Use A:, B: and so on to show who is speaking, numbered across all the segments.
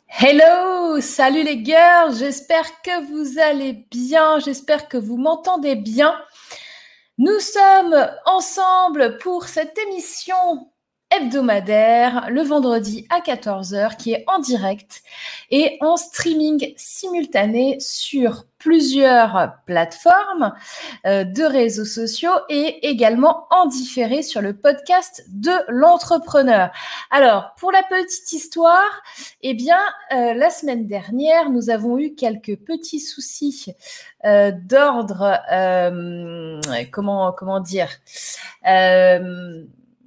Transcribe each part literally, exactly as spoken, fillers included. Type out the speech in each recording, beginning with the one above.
A: Hello, salut les girls, j'espère que vous allez bien, j'espère que vous m'entendez bien. Nous sommes ensemble pour cette émission hebdomadaire le vendredi à quatorze heures qui est en direct et en streaming simultané sur plusieurs plateformes euh, de réseaux sociaux et également en différé sur le podcast de l'entrepreneur. Alors, pour la petite histoire, eh bien, euh, la semaine dernière, nous avons eu quelques petits soucis euh, d'ordre, euh, comment, comment dire, euh,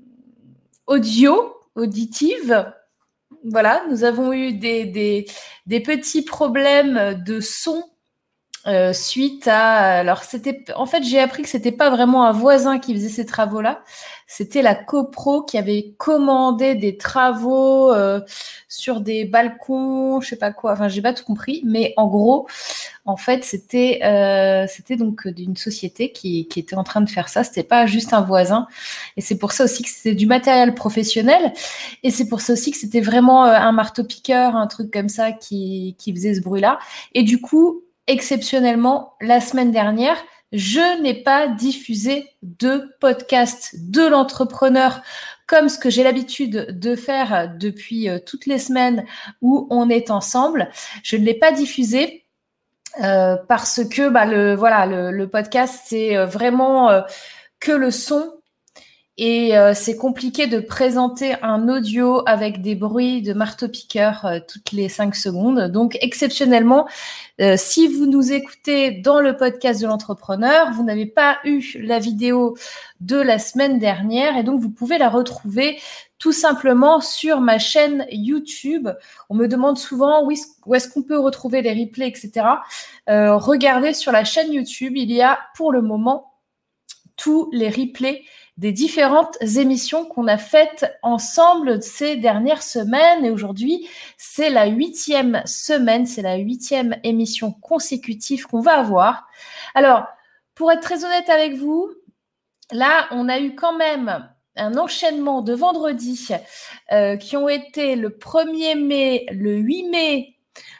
A: audio, auditive. Voilà, nous avons eu des, des, des petits problèmes de son euh, suite à... Alors, c'était... En fait, j'ai appris que c'était pas vraiment un voisin qui faisait ces travaux-là. C'était la copro qui avait commandé des travaux euh, sur des balcons, je sais pas quoi. Enfin, j'ai pas tout compris. Mais en gros, en fait, c'était, euh, c'était donc d'une société qui, qui était en train de faire ça. C'était pas juste un voisin. Et c'est pour ça aussi que c'était du matériel professionnel. Et c'est pour ça aussi que c'était vraiment euh, un marteau-piqueur, un truc comme ça qui, qui faisait ce bruit-là. Et du coup, exceptionnellement, la semaine dernière, je n'ai pas diffusé de podcast de l'entrepreneur comme ce que j'ai l'habitude de faire depuis euh, toutes les semaines où on est ensemble. Je ne l'ai pas diffusé euh, parce que bah, le, voilà, le, le podcast, c'est vraiment euh, que le son. Et euh, c'est compliqué de présenter un audio avec des bruits de marteau-piqueur euh, toutes les cinq secondes. Donc, exceptionnellement, euh, si vous nous écoutez dans le podcast de l'entrepreneur, vous n'avez pas eu la vidéo de la semaine dernière et donc vous pouvez la retrouver tout simplement sur ma chaîne YouTube. On me demande souvent où est-ce qu'on peut retrouver les replays, et cetera. Euh, regardez sur la chaîne YouTube, il y a pour le moment tous les replays des différentes émissions qu'on a faites ensemble ces dernières semaines. Et aujourd'hui, c'est la huitième semaine, c'est la huitième émission consécutive qu'on va avoir. Alors, pour être très honnête avec vous, là, on a eu quand même un enchaînement de vendredis euh, qui ont été le premier mai, le huit mai,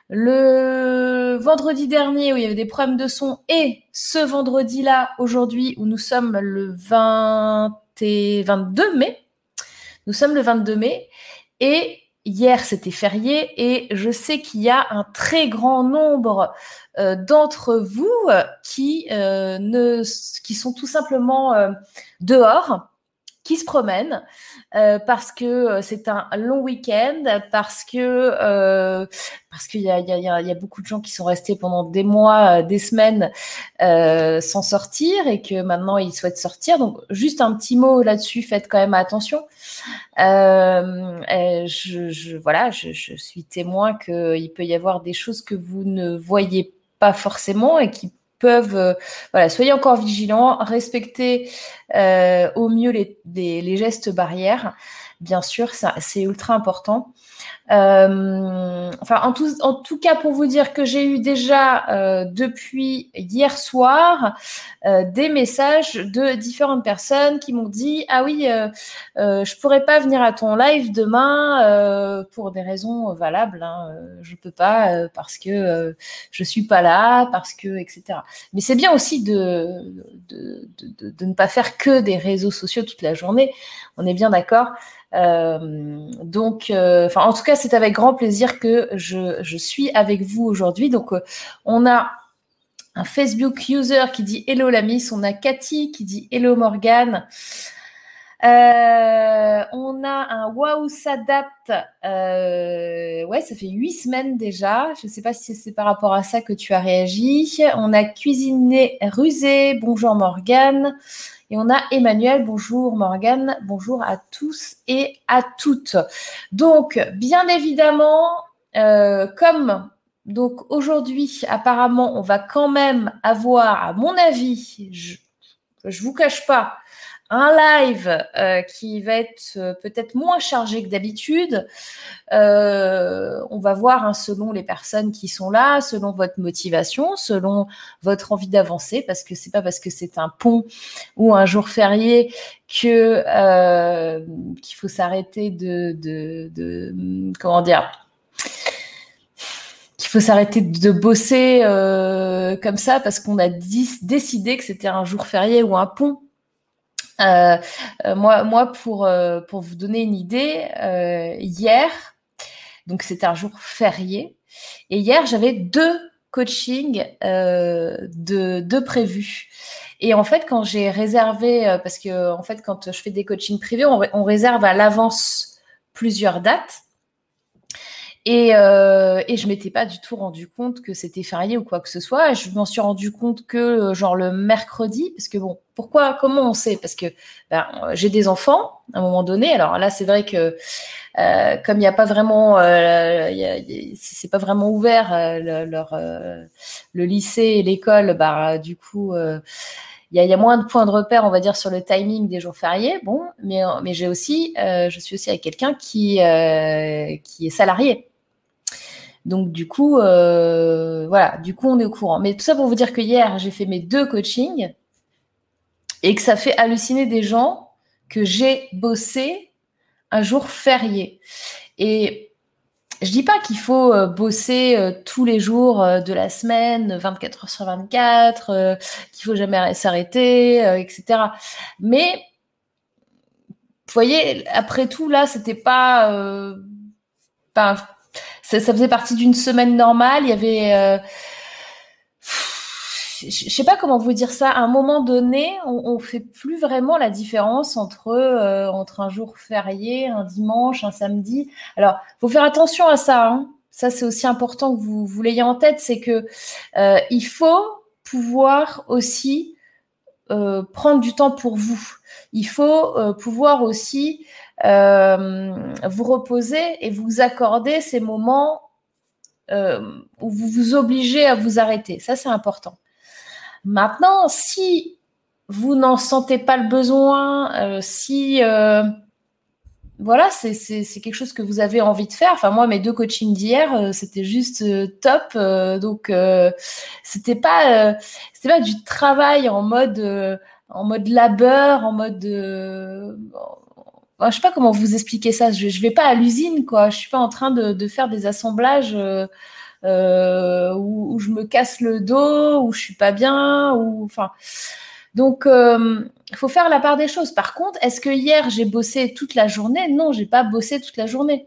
A: le vendredi dernier où il y avait des problèmes de son et ce vendredi-là, aujourd'hui, où nous sommes le vingt et vingt-deux mai. Nous sommes le vingt-deux mai et hier, c'était férié et je sais qu'il y a un très grand nombre euh, d'entre vous qui, euh, ne, qui sont tout simplement euh, dehors, qui se promènent euh, parce que c'est un long week-end, parce que euh, parce qu'il y a, il y, a, il y a beaucoup de gens qui sont restés pendant des mois, des semaines euh, sans sortir et que maintenant ils souhaitent sortir. Donc juste un petit mot là-dessus, faites quand même attention. Euh, je, je, voilà, je, je suis témoin qu'il peut y avoir des choses que vous ne voyez pas forcément et qui peuvent, euh, voilà, soyez encore vigilants, respectez euh, au mieux les, les, les gestes barrières. Bien sûr, ça, c'est ultra important. Euh, enfin, en tout, en tout cas, pour vous dire que j'ai eu déjà euh, depuis hier soir euh, des messages de différentes personnes qui m'ont dit ah oui, euh, euh, je pourrais pas venir à ton live demain euh, pour des raisons valables. Hein, je peux pas euh, parce que euh, je suis pas là, parce que et cetera. Mais c'est bien aussi de de, de, de de ne pas faire que des réseaux sociaux toute la journée. On est bien d'accord. Euh, donc, euh, enfin, en tout cas, c'est avec grand plaisir que je, je suis avec vous aujourd'hui. Donc, euh, on a un Facebook user qui dit Hello la Miss, on a Cathy qui dit Hello Morgane. Euh, on a un Waouh Sadat, euh, ouais, ça fait huit semaines déjà. Je ne sais pas si c'est par rapport à ça que tu as réagi. On a Cuisiné Rusé, bonjour Morgane. Et on a Emmanuel, bonjour Morgane, bonjour à tous et à toutes. Donc, bien évidemment, euh, comme donc aujourd'hui, apparemment, on va quand même avoir, à mon avis, je ne vous cache pas, un live euh, qui va être euh, peut-être moins chargé que d'habitude. Euh, on va voir hein, selon les personnes qui sont là, selon votre motivation, selon votre envie d'avancer, parce que c'est pas parce que c'est un pont ou un jour férié que euh, qu'il faut s'arrêter de, de, de comment dire faut s'arrêter de bosser euh, comme ça parce qu'on a dis- décidé que c'était un jour férié ou un pont. Euh, euh, moi, moi pour, euh, pour vous donner une idée, euh, hier, donc c'était un jour férié, et hier, j'avais deux coachings euh, de, de prévus. Et en fait, quand j'ai réservé, euh, parce que en fait, quand je fais des coachings privés, on, on réserve à l'avance plusieurs dates. Et, euh, et je m'étais pas du tout rendu compte que c'était férié ou quoi que ce soit. Et je m'en suis rendu compte que genre le mercredi, parce que bon, pourquoi, comment on sait? Parce que ben, j'ai des enfants à un moment donné. Alors là, c'est vrai que euh, comme il n'y a pas vraiment, euh, y a, y a, c'est pas vraiment ouvert euh, le, leur, euh, le lycée et l'école, bah du coup. Euh, il y, a, il y a moins de points de repère, on va dire, sur le timing des jours fériés. Bon, mais, mais j'ai aussi, euh, je suis aussi avec quelqu'un qui, euh, qui est salarié. Donc du coup, euh, voilà, du coup on est au courant. Mais tout ça pour vous dire que hier j'ai fait mes deux coachings et que ça fait halluciner des gens que j'ai bossé un jour férié. Et je dis pas qu'il faut euh, bosser euh, tous les jours euh, de la semaine, vingt-quatre heures sur vingt-quatre, euh, qu'il faut jamais s'arrêter, euh, et cetera. Mais vous voyez, après tout là, c'était pas, euh, pas ça, ça faisait partie d'une semaine normale. Il y avait euh, je sais pas comment vous dire ça. À un moment donné, on, on fait plus vraiment la différence entre euh, entre un jour férié, un dimanche, un samedi. Alors, faut faire attention à ça. Hein. Ça, c'est aussi important que vous, vous l'ayez en tête, c'est que euh, il faut pouvoir aussi euh, prendre du temps pour vous. Il faut euh, pouvoir aussi euh, vous reposer et vous accorder ces moments euh, où vous vous obligez à vous arrêter. Ça, c'est important. Maintenant, si vous n'en sentez pas le besoin, euh, si euh, voilà, c'est, c'est, c'est quelque chose que vous avez envie de faire. Enfin, moi, mes deux coachings d'hier, euh, c'était juste euh, top. Euh, donc, euh, c'était pas, euh, c'était pas du travail en mode, euh, en mode labeur, en mode, euh, enfin, je sais pas comment vous expliquer ça. Je, je vais pas à l'usine, quoi. Je suis pas en train de, de faire des assemblages. Euh, euh, où, où je me casse le dos, où je suis pas bien, ou enfin. Donc, il euh, faut faire la part des choses. Par contre, est-ce que hier j'ai bossé toute la journée? Non, j'ai pas bossé toute la journée.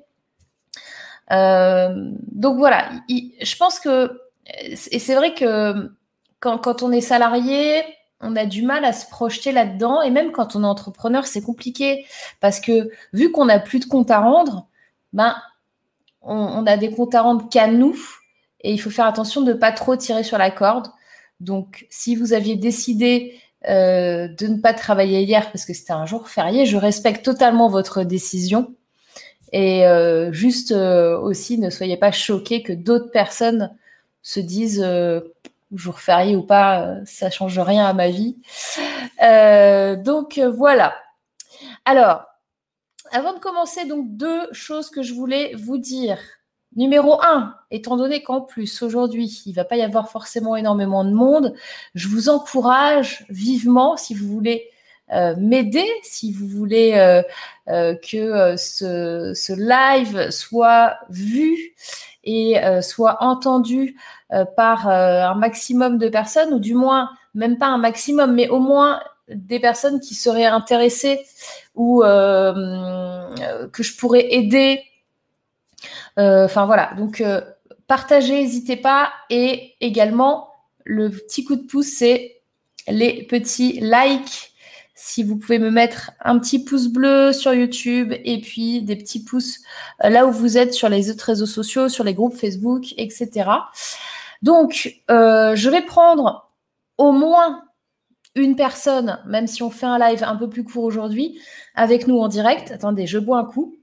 A: Euh, donc voilà, il, je pense que et c'est vrai que quand, quand on est salarié, on a du mal à se projeter là-dedans, et même quand on est entrepreneur, c'est compliqué parce que vu qu'on n'a plus de compte à rendre, ben on, on a des comptes à rendre qu'à nous. Et il faut faire attention de ne pas trop tirer sur la corde. Donc, si vous aviez décidé euh, de ne pas travailler hier parce que c'était un jour férié, je respecte totalement votre décision. Et euh, juste euh, aussi, ne soyez pas choqués que d'autres personnes se disent euh, jour férié ou pas, euh, ça change rien à ma vie. Euh, donc, euh, voilà. Alors, avant de commencer, donc deux choses que je voulais vous dire. Numéro un, étant donné qu'en plus, aujourd'hui, il ne va pas y avoir forcément énormément de monde, je vous encourage vivement, si vous voulez euh, m'aider, si vous voulez euh, euh, que euh, ce, ce live soit vu et euh, soit entendu euh, par euh, un maximum de personnes, ou du moins, même pas un maximum, mais au moins des personnes qui seraient intéressées ou euh, que je pourrais aider. Enfin euh, voilà, donc euh, partagez, n'hésitez pas. Et également, le petit coup de pouce, c'est les petits likes. Si vous pouvez me mettre un petit pouce bleu sur YouTube et puis des petits pouces là où vous êtes sur les autres réseaux sociaux, sur les groupes Facebook, et cetera. Donc, euh, je vais prendre au moins une personne, même si on fait un live un peu plus court aujourd'hui, avec nous en direct. Attendez, je bois un coup.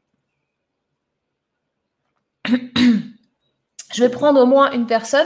A: Je vais prendre au moins une personne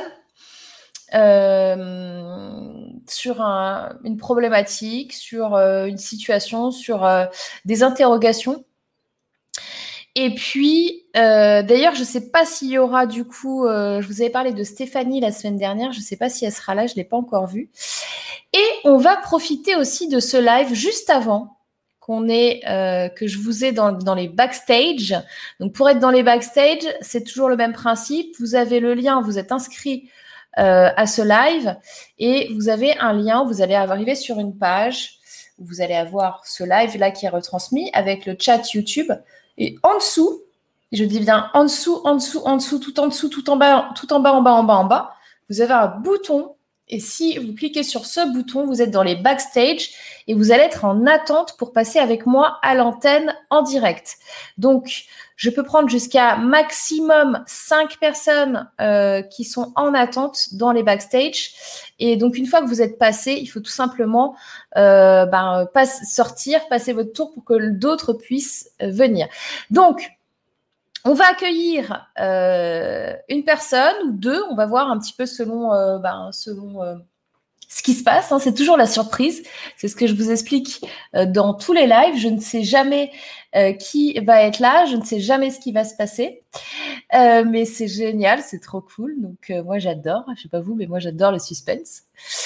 A: euh, sur un, une problématique, sur euh, une situation, sur euh, des interrogations. Et puis, euh, d'ailleurs, je ne sais pas s'il y aura du coup, euh, je vous avais parlé de Stéphanie la semaine dernière, je ne sais pas si elle sera là, je ne l'ai pas encore vue. Et on va profiter aussi de ce live juste avant qu'on est, euh, que je vous ai dans, dans les backstage. Donc, pour être dans les backstage, c'est toujours le même principe. Vous avez le lien, vous êtes inscrit euh, à ce live et vous avez un lien. Vous allez arriver sur une page où vous allez avoir ce live-là qui est retransmis avec le chat YouTube. Et en dessous, je dis bien en dessous, en dessous, en dessous, tout en dessous, tout en bas, tout en bas, en bas, en bas, en bas, vous avez un bouton. Et si vous cliquez sur ce bouton, vous êtes dans les backstage et vous allez être en attente pour passer avec moi à l'antenne en direct. Donc, je peux prendre jusqu'à maximum cinq personnes euh, qui sont en attente dans les backstage. Et donc, une fois que vous êtes passé, il faut tout simplement euh, ben, pas sortir, passer votre tour pour que d'autres puissent venir. Donc, on va accueillir euh, une personne ou deux, on va voir un petit peu selon, euh, ben, selon euh, ce qui se passe. Hein. C'est toujours la surprise, c'est ce que je vous explique euh, dans tous les lives. Je ne sais jamais euh, qui va être là, je ne sais jamais ce qui va se passer, euh, mais c'est génial, c'est trop cool. Donc euh, moi j'adore, je ne sais pas vous, mais moi j'adore le suspense.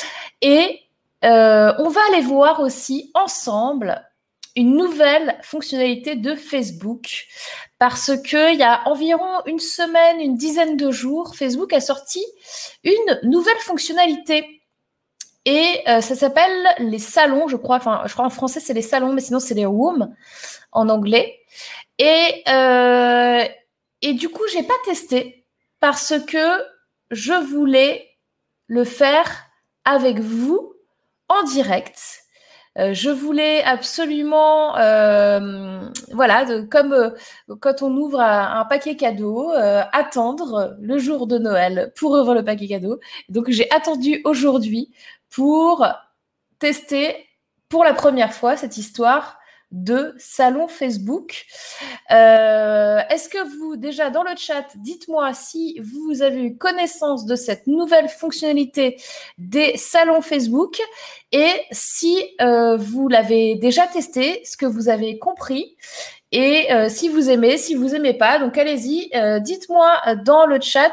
A: Et euh, on va aller voir aussi ensemble une nouvelle fonctionnalité de Facebook parce qu'il y a environ une semaine, une dizaine de jours, Facebook a sorti une nouvelle fonctionnalité et euh, ça s'appelle les salons, je crois. Enfin, je crois en français c'est les salons, mais sinon c'est les rooms en anglais. Et, euh, et du coup, j'ai pas testé parce que je voulais le faire avec vous en direct. Euh, je voulais absolument, euh, voilà, de, comme euh, quand on ouvre un, un paquet cadeau, euh, attendre le jour de Noël pour ouvrir le paquet cadeau. Donc, j'ai attendu aujourd'hui pour tester pour la première fois cette histoire de salon Facebook. Euh, est-ce que vous, déjà dans le chat, dites-moi si vous avez eu connaissance de cette nouvelle fonctionnalité des salons Facebook et si euh, vous l'avez déjà testé, ce que vous avez compris et euh, si vous aimez, si vous aimez pas. Donc allez-y, euh, dites-moi dans le chat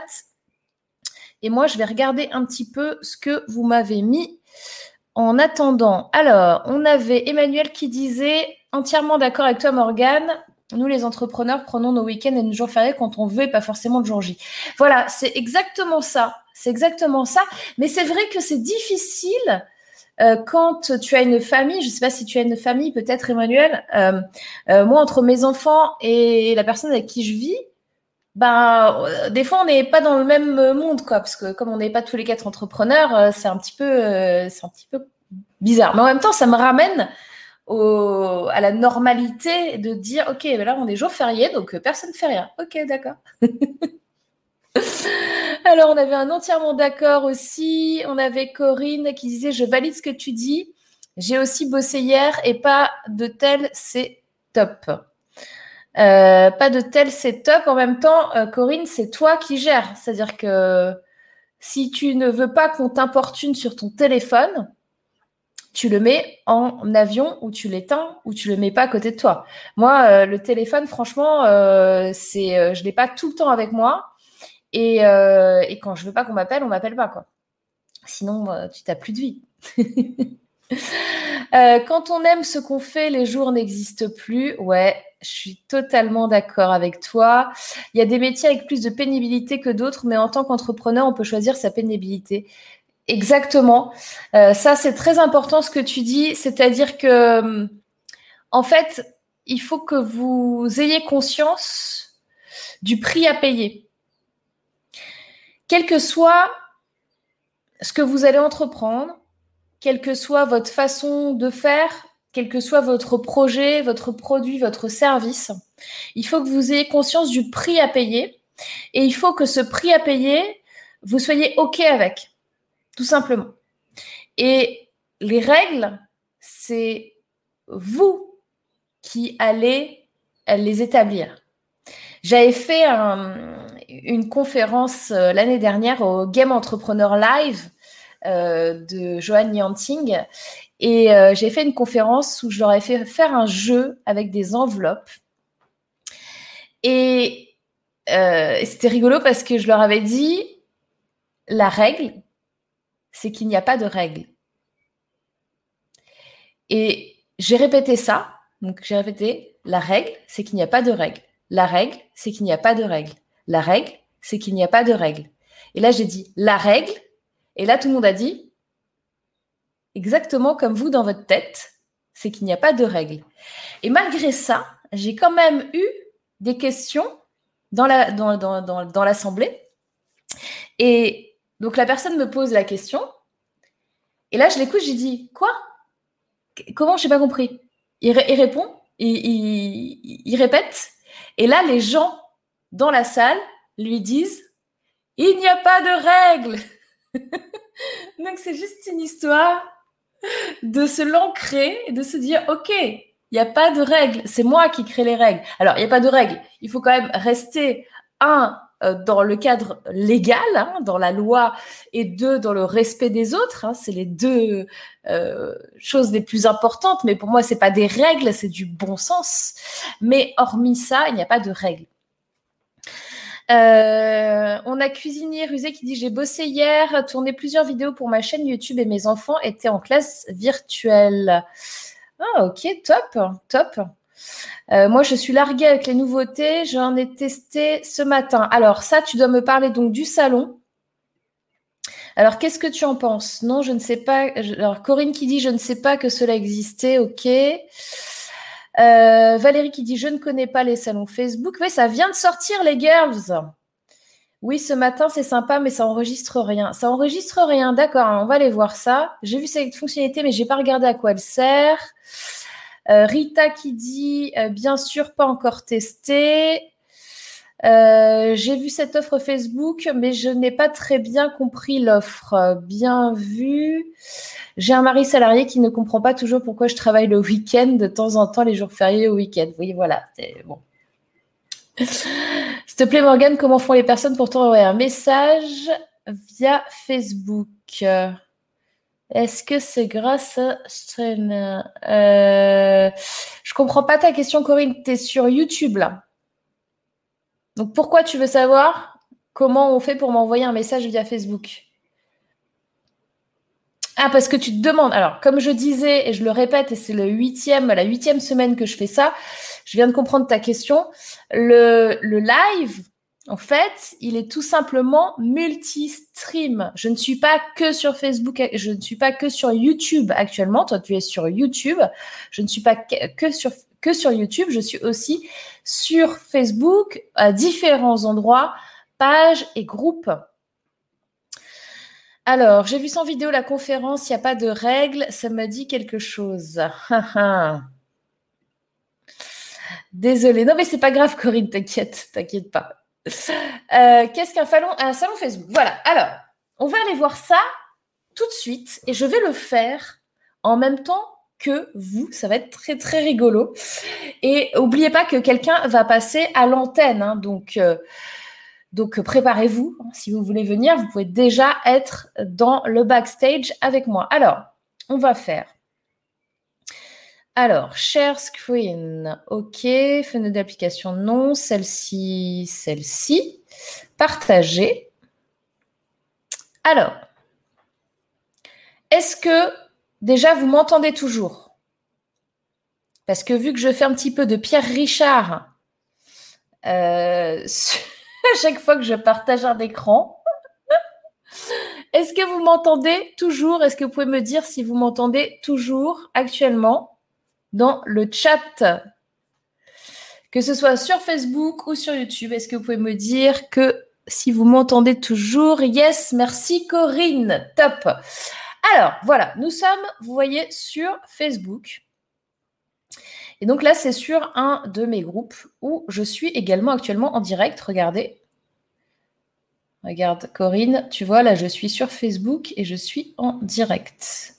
A: et moi je vais regarder un petit peu ce que vous m'avez mis. En attendant, alors, on avait Emmanuel qui disait « Entièrement d'accord avec toi, Morgane. Nous, les entrepreneurs, prenons nos week-ends et nos jours fériés quand on veut et pas forcément le jour J. » Voilà, c'est exactement ça. C'est exactement ça. Mais c'est vrai que c'est difficile euh, quand tu as une famille. Je ne sais pas si tu as une famille, peut-être, Emmanuel. Euh, euh, moi, entre mes enfants et la personne avec qui je vis, ben, euh, des fois, on n'est pas dans le même monde, quoi, parce que comme on n'est pas tous les quatre entrepreneurs, euh, c'est un petit peu, euh, c'est un petit peu bizarre. Mais en même temps, ça me ramène au, à la normalité de dire, ok, ben là, on est jour férié, donc euh, personne ne fait rien. Ok, d'accord. Alors, on avait un entièrement d'accord aussi. On avait Corinne qui disait, je valide ce que tu dis. J'ai aussi bossé hier et pas de tel, c'est top. Euh, pas de tel setup. En même temps, euh, Corinne, c'est toi qui gères. C'est-à-dire que si tu ne veux pas qu'on t'importune sur ton téléphone, tu le mets en avion ou tu l'éteins ou tu le mets pas à côté de toi. Moi, euh, le téléphone, franchement, euh, c'est, euh, je l'ai pas tout le temps avec moi. Et, euh, et quand je veux pas qu'on m'appelle, on m'appelle pas, quoi. Sinon, euh, tu n'as plus de vie. euh, quand on aime ce qu'on fait, les jours n'existent plus. Ouais, je suis totalement d'accord avec toi. Il y a des métiers avec plus de pénibilité que d'autres, mais en tant qu'entrepreneur, on peut choisir sa pénibilité. Exactement. Euh, ça, c'est très important ce que tu dis. C'est-à-dire que, en fait, il faut que vous ayez conscience du prix à payer. Quel que soit ce que vous allez entreprendre, quelle que soit votre façon de faire, quel que soit votre projet, votre produit, votre service, il faut que vous ayez conscience du prix à payer et il faut que ce prix à payer, vous soyez OK avec, tout simplement. Et les règles, c'est vous qui allez les établir. J'avais fait un, une conférence euh, l'année dernière au Game Entrepreneur Live euh, de Johan Yanting et euh, j'ai fait une conférence où je leur ai fait faire un jeu avec des enveloppes et euh, c'était rigolo parce que je leur avais dit la règle, c'est qu'il n'y a pas de règle. Et j'ai répété ça Donc, j'ai répété, la règle, c'est qu'il n'y a pas de règle. La règle, c'est qu'il n'y a pas de règle. La règle, c'est qu'il n'y a pas de règle. Et là, j'ai dit la règle. Et là, tout le monde a dit exactement comme vous dans votre tête, c'est qu'il n'y a pas de règle. Et malgré ça, j'ai quand même eu des questions dans, la, dans, dans, dans, dans l'assemblée. Et donc, la personne me pose la question. Et là, je l'écoute, j'ai dit quoi? Comment? Je n'ai pas compris. Il, ré- il répond, il, il, il répète. Et là, les gens dans la salle lui disent il n'y a pas de règle. Donc, c'est juste une histoire de se l'ancrer et de se dire ok, il n'y a pas de règle, c'est moi qui crée les règles. Alors, il n'y a pas de règle, il faut quand même rester un euh, dans le cadre légal, hein, dans la loi, et deux dans le respect des autres. Hein, c'est les deux euh, choses les plus importantes, mais pour moi, c'est pas des règles, c'est du bon sens. Mais hormis ça, il n'y a pas de règle. Euh, on a Cuisinier Rusé qui dit j'ai bossé hier, tourné plusieurs vidéos pour ma chaîne YouTube et mes enfants étaient en classe virtuelle. Ah ok, top, top. Euh, moi je suis larguée avec les nouveautés, j'en ai testé ce matin. Alors ça, tu dois me parler donc du salon. Alors qu'est-ce que tu en penses? Non, je ne sais pas. Alors Corinne qui dit je ne sais pas que cela existait, ok. Euh, Valérie qui dit je ne connais pas les salons Facebook. Oui, ça vient de sortir les girls. Oui, ce matin, c'est sympa, mais ça enregistre rien. Ça enregistre rien, d'accord, on va aller voir ça. J'ai vu cette fonctionnalité, mais je n'ai pas regardé à quoi elle sert. Euh, Rita qui dit, euh, bien sûr, pas encore testé. Euh, j'ai vu cette offre Facebook, mais je n'ai pas très bien compris l'offre. Bien vu. J'ai un mari salarié qui ne comprend pas toujours pourquoi je travaille le week-end, de temps en temps, les jours fériés au week-end. Oui, voilà, c'est bon. S'il te plaît, Morgane, comment font les personnes pour t'envoyer un message via Facebook? Est-ce que c'est grâce à Strainer? euh, Je comprends pas ta question, Corinne. Tu es sur YouTube, là. Donc, pourquoi tu veux savoir comment on fait pour m'envoyer un message via Facebook? Ah, parce que tu te demandes. Alors, comme je disais, et je le répète, et c'est le huitième, la huitième semaine que je fais ça, je viens de comprendre ta question. Le, le live, en fait, il est tout simplement multi-stream. Je ne suis pas que sur Facebook, je ne suis pas que sur YouTube actuellement. Toi, tu es sur YouTube. Je ne suis pas que sur, que sur YouTube. Je suis aussi sur Facebook, à différents endroits, pages et groupes. Alors, j'ai vu sans vidéo la conférence, il n'y a pas de règles, ça me dit quelque chose. Désolée. Non, mais c'est pas grave, Corinne, t'inquiète, t'inquiète pas. Euh, qu'est-ce qu'un salon, un salon Facebook? Voilà. Alors, on va aller voir ça tout de suite et je vais le faire en même temps que vous. Ça va être très, très rigolo. Et n'oubliez pas que quelqu'un va passer à l'antenne. Hein, donc, euh, Donc, préparez-vous. Si vous voulez venir, vous pouvez déjà être dans le backstage avec moi. Alors, on va faire. Alors, share screen. OK. Fenêtre d'application, non. Celle-ci, celle-ci. Partager. Alors, est-ce que déjà vous m'entendez toujours? Parce que vu que je fais un petit peu de Pierre Richard euh, à chaque fois que je partage un écran, est-ce que vous m'entendez toujours? Est-ce que vous pouvez me dire si vous m'entendez toujours actuellement dans le chat? Que ce soit sur Facebook ou sur YouTube, est-ce que vous pouvez me dire que si vous m'entendez toujours? Yes, merci Corinne, top. Alors, voilà, nous sommes, vous voyez, sur Facebook. Et donc là, c'est sur un de mes groupes où je suis également actuellement en direct. Regardez. Regarde, Corinne, tu vois, là, je suis sur Facebook et je suis en direct.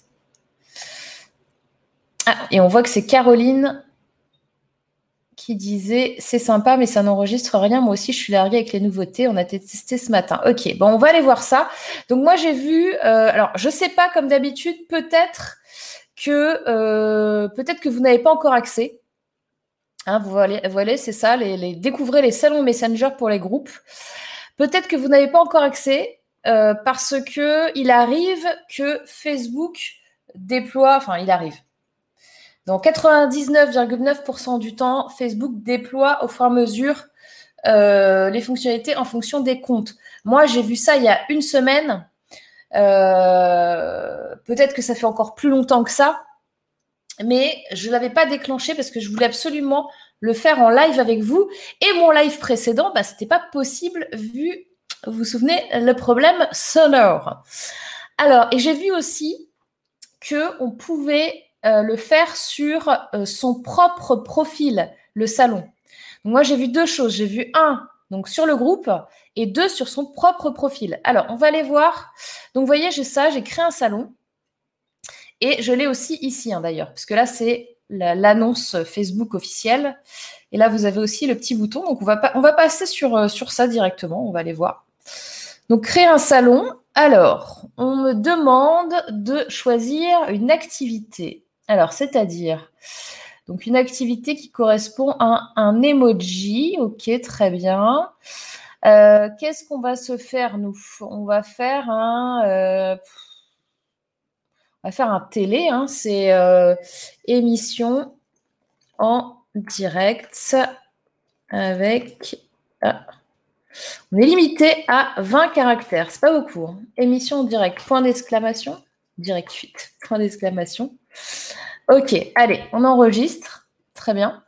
A: Ah, et on voit que c'est Caroline qui disait « C'est sympa, mais ça n'enregistre rien. Moi aussi, je suis larguée avec les nouveautés. On a testé ce matin. » Ok, bon, on va aller voir ça. Donc, moi, j'ai vu… Euh, alors, je ne sais pas, comme d'habitude, peut-être que, euh, peut-être que vous n'avez pas encore accès. Hein, vous voyez, vous voyez c'est ça, les, les, découvrez les salons Messenger pour les groupes. Peut-être que vous n'avez pas encore accès euh, parce qu'il arrive que Facebook déploie… Enfin, il arrive. dans quatre-vingt-dix-neuf virgule neuf pour cent du temps, Facebook déploie au fur et à mesure euh, les fonctionnalités en fonction des comptes. Moi, j'ai vu ça il y a une semaine. Euh, peut-être que ça fait encore plus longtemps que ça, mais je ne l'avais pas déclenché parce que je voulais absolument le faire en live avec vous. Et mon live précédent, bah, ce n'était pas possible vu, vous vous souvenez, le problème sonore. Alors, et j'ai vu aussi qu'on pouvait euh, le faire sur euh, son propre profil, le salon. Donc moi, j'ai vu deux choses. J'ai vu un, donc sur le groupe, et deux, sur son propre profil. Alors, on va aller voir. Donc, vous voyez, j'ai ça, j'ai créé un salon. Et je l'ai aussi ici, hein, d'ailleurs, parce que là, c'est la, l'annonce Facebook officielle. Et là, vous avez aussi le petit bouton. Donc, on va, pas, on va passer sur, sur ça directement. On va aller voir. Donc, créer un salon. Alors, on me demande de choisir une activité. Alors, c'est-à-dire, donc une activité qui correspond à un emoji. Ok, très bien. Euh, qu'est-ce qu'on va se faire, nous? On va faire un... Euh, on va faire un télé. Hein, c'est euh, émission en direct avec... Ah, on est limité à vingt caractères. C'est pas beaucoup. Hein. Émission en direct. Point d'exclamation. Direct suite. Point d'exclamation. Ok, allez, on enregistre. Très bien.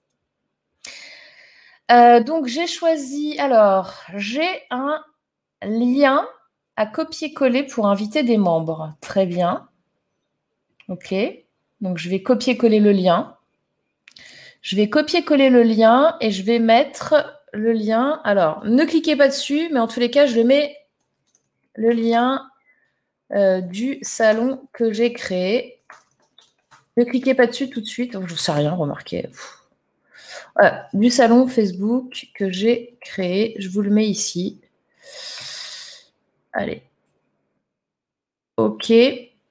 A: Euh, donc, j'ai choisi... Alors, j'ai un lien à copier-coller pour inviter des membres. Très bien. Ok. Donc, je vais copier-coller le lien. Je vais copier-coller le lien et je vais mettre le lien. Alors, ne cliquez pas dessus, mais en tous les cas, je mets le lien euh, du salon que j'ai créé. Ne cliquez pas dessus tout de suite. Je ne sais rien, remarquez. Voilà, du salon Facebook que j'ai créé. Je vous le mets ici. Allez. OK.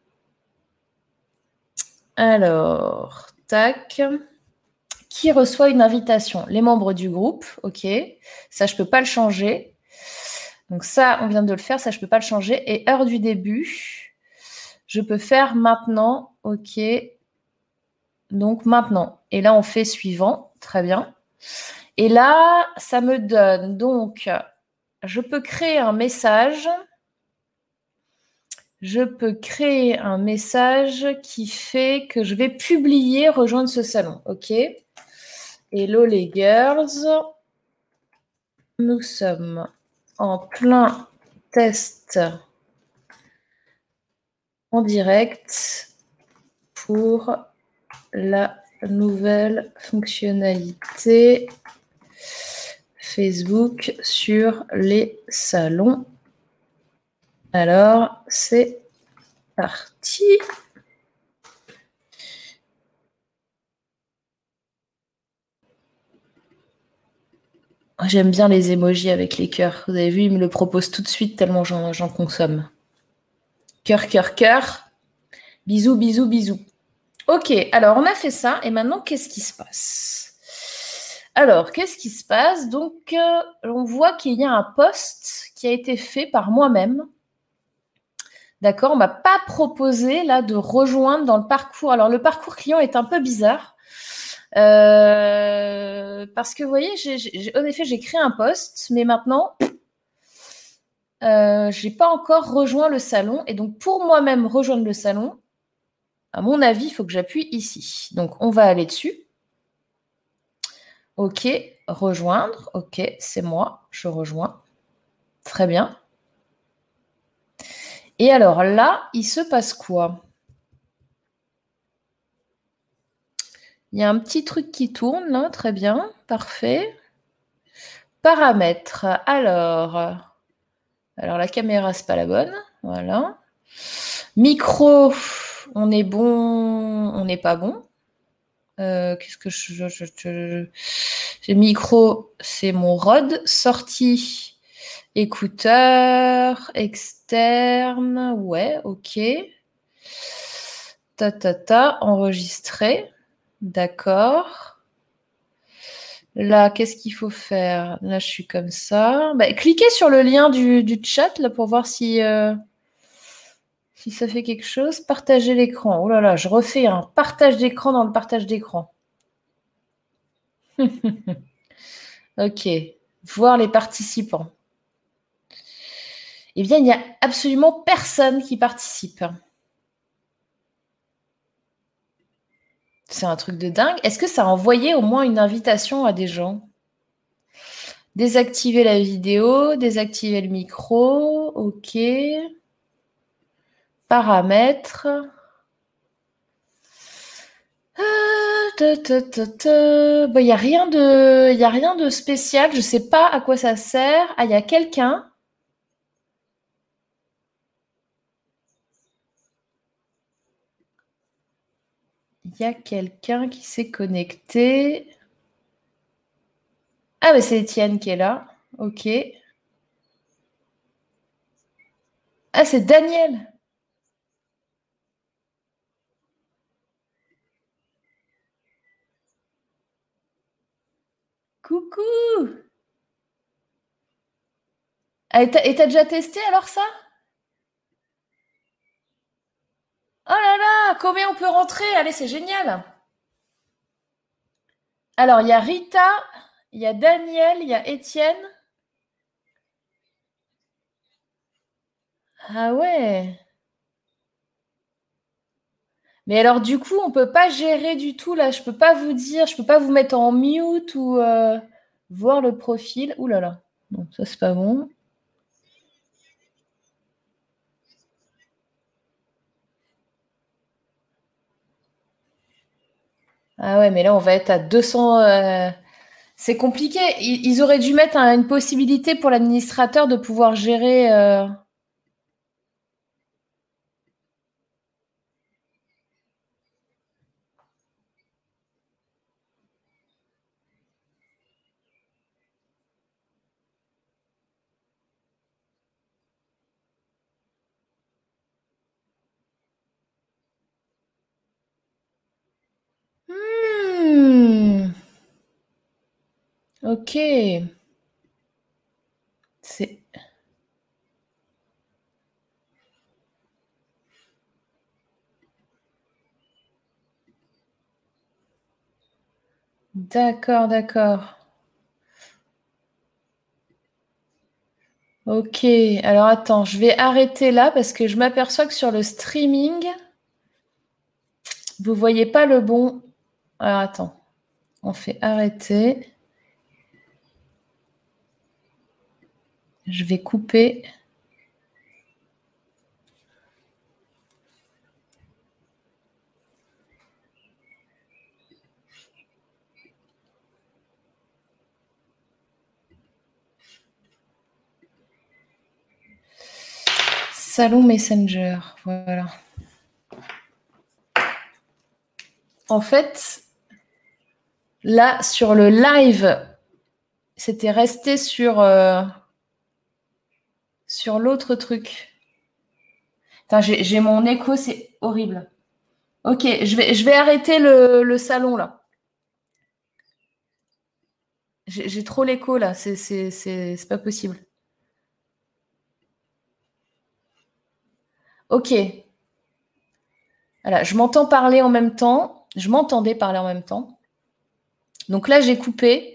A: Alors, tac. Qui reçoit une invitation? Les membres du groupe. OK. Ça, je ne peux pas le changer. Donc ça, on vient de le faire. Ça, je ne peux pas le changer. Et heure du début, je peux faire maintenant. OK. Donc maintenant. Et là, on fait suivant. Très bien. Et là, ça me donne, donc, je peux créer un message. Je peux créer un message qui fait que je vais publier rejoindre ce salon. OK. Hello les girls. Nous sommes en plein test en direct pour la nouvelle fonctionnalité Facebook sur les salons. Alors, c'est parti. J'aime bien les emojis avec les cœurs. Vous avez vu, il me le propose tout de suite tellement j'en, j'en consomme. Cœur, cœur, cœur. Bisous, bisous, bisous. Ok, alors on a fait ça. Et maintenant, qu'est-ce qui se passe? Alors, qu'est-ce qui se passe? Donc, euh, on voit qu'il y a un post qui a été fait par moi-même. D'accord, on ne m'a pas proposé là de rejoindre dans le parcours. Alors, le parcours client est un peu bizarre. Euh, parce que vous voyez, j'ai, j'ai, en effet, j'ai créé un post, mais maintenant, euh, je n'ai pas encore rejoint le salon. Et donc, pour moi-même rejoindre le salon, à mon avis, il faut que j'appuie ici. Donc, on va aller dessus. OK, rejoindre. OK, c'est moi, je rejoins. Très bien. Et alors là, il se passe quoi? Il y a un petit truc qui tourne, là, très bien, parfait. Paramètres, alors, alors la caméra, c'est pas la bonne, voilà. Micro, on est bon, on n'est pas bon. Euh, qu'est-ce que je... je, je, je... J'ai micro, c'est mon Rode. Sortie, écouteur, externe, ouais, ok. Ta, ta, ta, enregistré, d'accord. Là, qu'est-ce qu'il faut faire? Là, je suis comme ça. Bah, cliquez sur le lien du, du chat là, pour voir si... Euh... Si ça fait quelque chose, partager l'écran. Oh là là, je refais un partage d'écran dans le partage d'écran. Ok, voir les participants. Eh bien, il n'y a absolument personne qui participe. C'est un truc de dingue. Est-ce que ça a envoyé au moins une invitation à des gens? Désactiver la vidéo, désactiver le micro, ok. Paramètres. Il n'y a rien de, y a rien de spécial. Je ne sais pas à quoi ça sert. Ah, il y a quelqu'un. Il y a quelqu'un qui s'est connecté. Ah, mais c'est Étienne qui est là. Ok. Ah, c'est Daniel. Coucou. Ah, et t'as déjà testé alors ça? Oh là là, combien on peut rentrer? Allez, c'est génial. Alors, il y a Rita, il y a Daniel, il y a Étienne. Ah ouais. Mais alors, du coup, on peut pas gérer du tout là. Je peux pas vous dire, je peux pas vous mettre en mute ou euh, voir le profil. Ouh là là. Non, ça c'est pas bon. Ah ouais, mais là, on va être à deux cents. euh, C'est compliqué. Ils, ils auraient dû mettre un- une possibilité pour l'administrateur de pouvoir gérer. euh, Hmm. Ok. C'est d'accord, d'accord. Ok. Alors attends, je vais arrêter là parce que je m'aperçois que sur le streaming, vous voyez pas le bon. Alors attends, on fait arrêter. Je vais couper. Salon Messenger. Voilà. En fait, là, sur le live, c'était resté sur, euh, sur l'autre truc. Attends, j'ai j'ai mon écho, c'est horrible. Ok, je vais, je vais arrêter le, le salon là. J'ai j'ai trop l'écho là, c'est c'est- c'est- c'est pas possible. Ok, voilà, je m'entends parler en même temps. Je m'entendais parler en même temps. Donc là, j'ai coupé.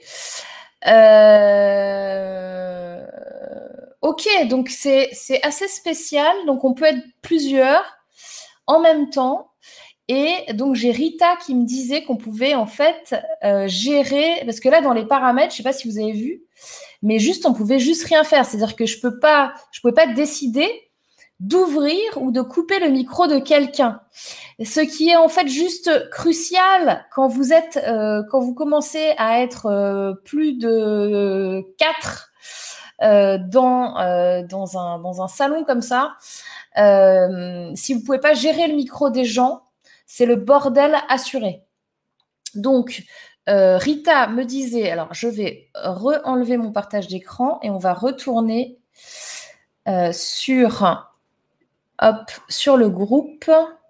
A: Euh, Ok, donc c'est c'est assez spécial. Donc on peut être plusieurs en même temps. Et donc j'ai Rita qui me disait qu'on pouvait en fait euh, gérer, parce que là dans les paramètres, je sais pas si vous avez vu, mais juste on pouvait juste rien faire. C'est-à-dire que je peux pas, je pouvais pas décider d'ouvrir ou de couper le micro de quelqu'un. Ce qui est en fait juste crucial quand vous êtes, euh, quand vous commencez à être euh, plus de quatre euh, dans euh, dans un dans un salon comme ça. Euh, si vous pouvez pas gérer le micro des gens, c'est le bordel assuré. Donc euh, Rita me disait, alors je vais re-enlever mon partage d'écran et on va retourner euh, sur hop sur le groupe.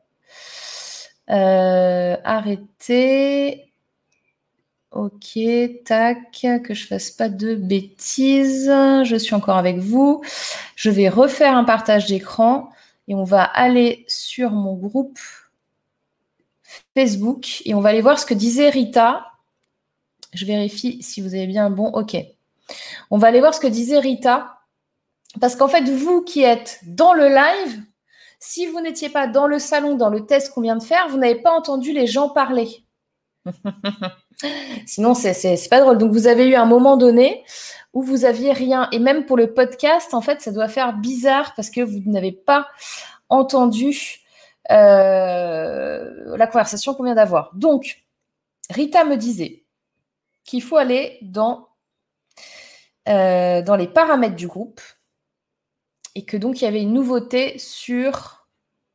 A: Euh, arrêter. Ok, tac, que je fasse pas de bêtises. Je suis encore avec vous. Je vais refaire un partage d'écran et on va aller sur mon groupe Facebook et on va aller voir ce que disait Rita. Je vérifie si vous avez bien un bon OK. On va aller voir ce que disait Rita. Parce qu'en fait, vous qui êtes dans le live, si vous n'étiez pas dans le salon, dans le test qu'on vient de faire, vous n'avez pas entendu les gens parler. Sinon, c'est, c'est, c'est pas drôle. Donc, vous avez eu un moment donné où vous aviez rien. Et même pour le podcast, en fait, ça doit faire bizarre parce que vous n'avez pas entendu euh, la conversation qu'on vient d'avoir. Donc, Rita me disait qu'il faut aller dans, euh, dans les paramètres du groupe et que donc, il y avait une nouveauté sur...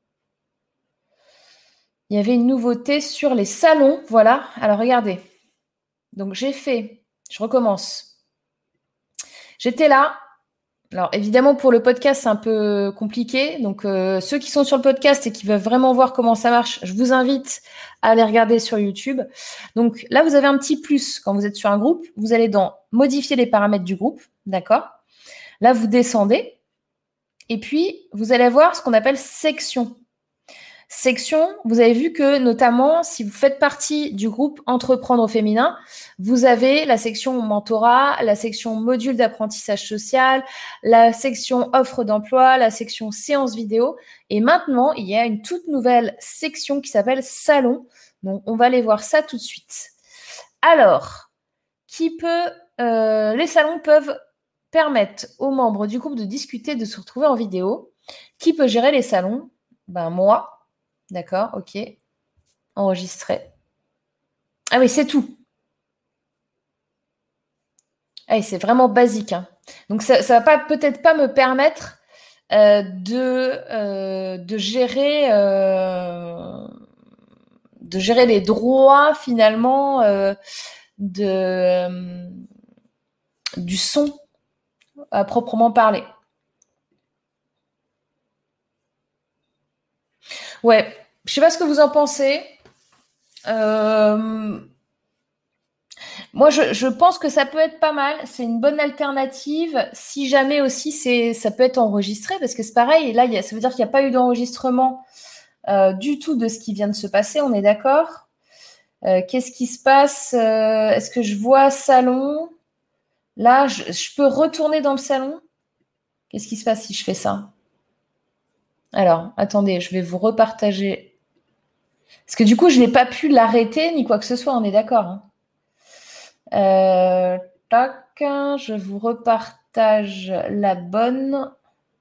A: Il y avait une nouveauté sur les salons. Voilà. Alors, regardez. Donc, j'ai fait... Je recommence. J'étais là. Alors, évidemment, pour le podcast, c'est un peu compliqué. Donc, euh, ceux qui sont sur le podcast et qui veulent vraiment voir comment ça marche, je vous invite à aller regarder sur YouTube. Donc, là, vous avez un petit plus quand vous êtes sur un groupe. Vous allez dans « Modifier les paramètres du groupe ». D'accord ? Là, vous descendez. Et puis, vous allez voir ce qu'on appelle « Section ». Section, vous avez vu que notamment, si vous faites partie du groupe Entreprendre au féminin, vous avez la section mentorat, la section module d'apprentissage social, la section offre d'emploi, la section séance vidéo. Et maintenant, il y a une toute nouvelle section qui s'appelle salon. Donc, on va aller voir ça tout de suite. Alors, qui peut, euh, les salons peuvent permettre aux membres du groupe de discuter, de se retrouver en vidéo. Qui peut gérer les salons ? Ben, moi. D'accord, ok. Enregistrer. Ah oui, c'est tout. Ah, c'est vraiment basique. Hein. Donc, ça ne va pas, peut-être pas me permettre euh, de, euh, de, gérer, euh, de gérer les droits, finalement, euh, de, euh, du son à proprement parler. Ouais, je sais pas ce que vous en pensez. Euh, moi, je, je pense que ça peut être pas mal. C'est une bonne alternative. Si jamais aussi, c'est, ça peut être enregistré, parce que c'est pareil. Là, il y a, ça veut dire qu'il n'y a pas eu d'enregistrement euh, du tout de ce qui vient de se passer. On est d'accord ? euh, Qu'est-ce qui se passe euh, Est-ce que je vois salon ? Là, je, je peux retourner dans le salon ? Qu'est-ce qui se passe si je fais ça ? Alors, attendez, je vais vous repartager. Parce que du coup, je n'ai pas pu l'arrêter ni quoi que ce soit. On est d'accord, hein ? Euh, tac, je vous repartage la bonne.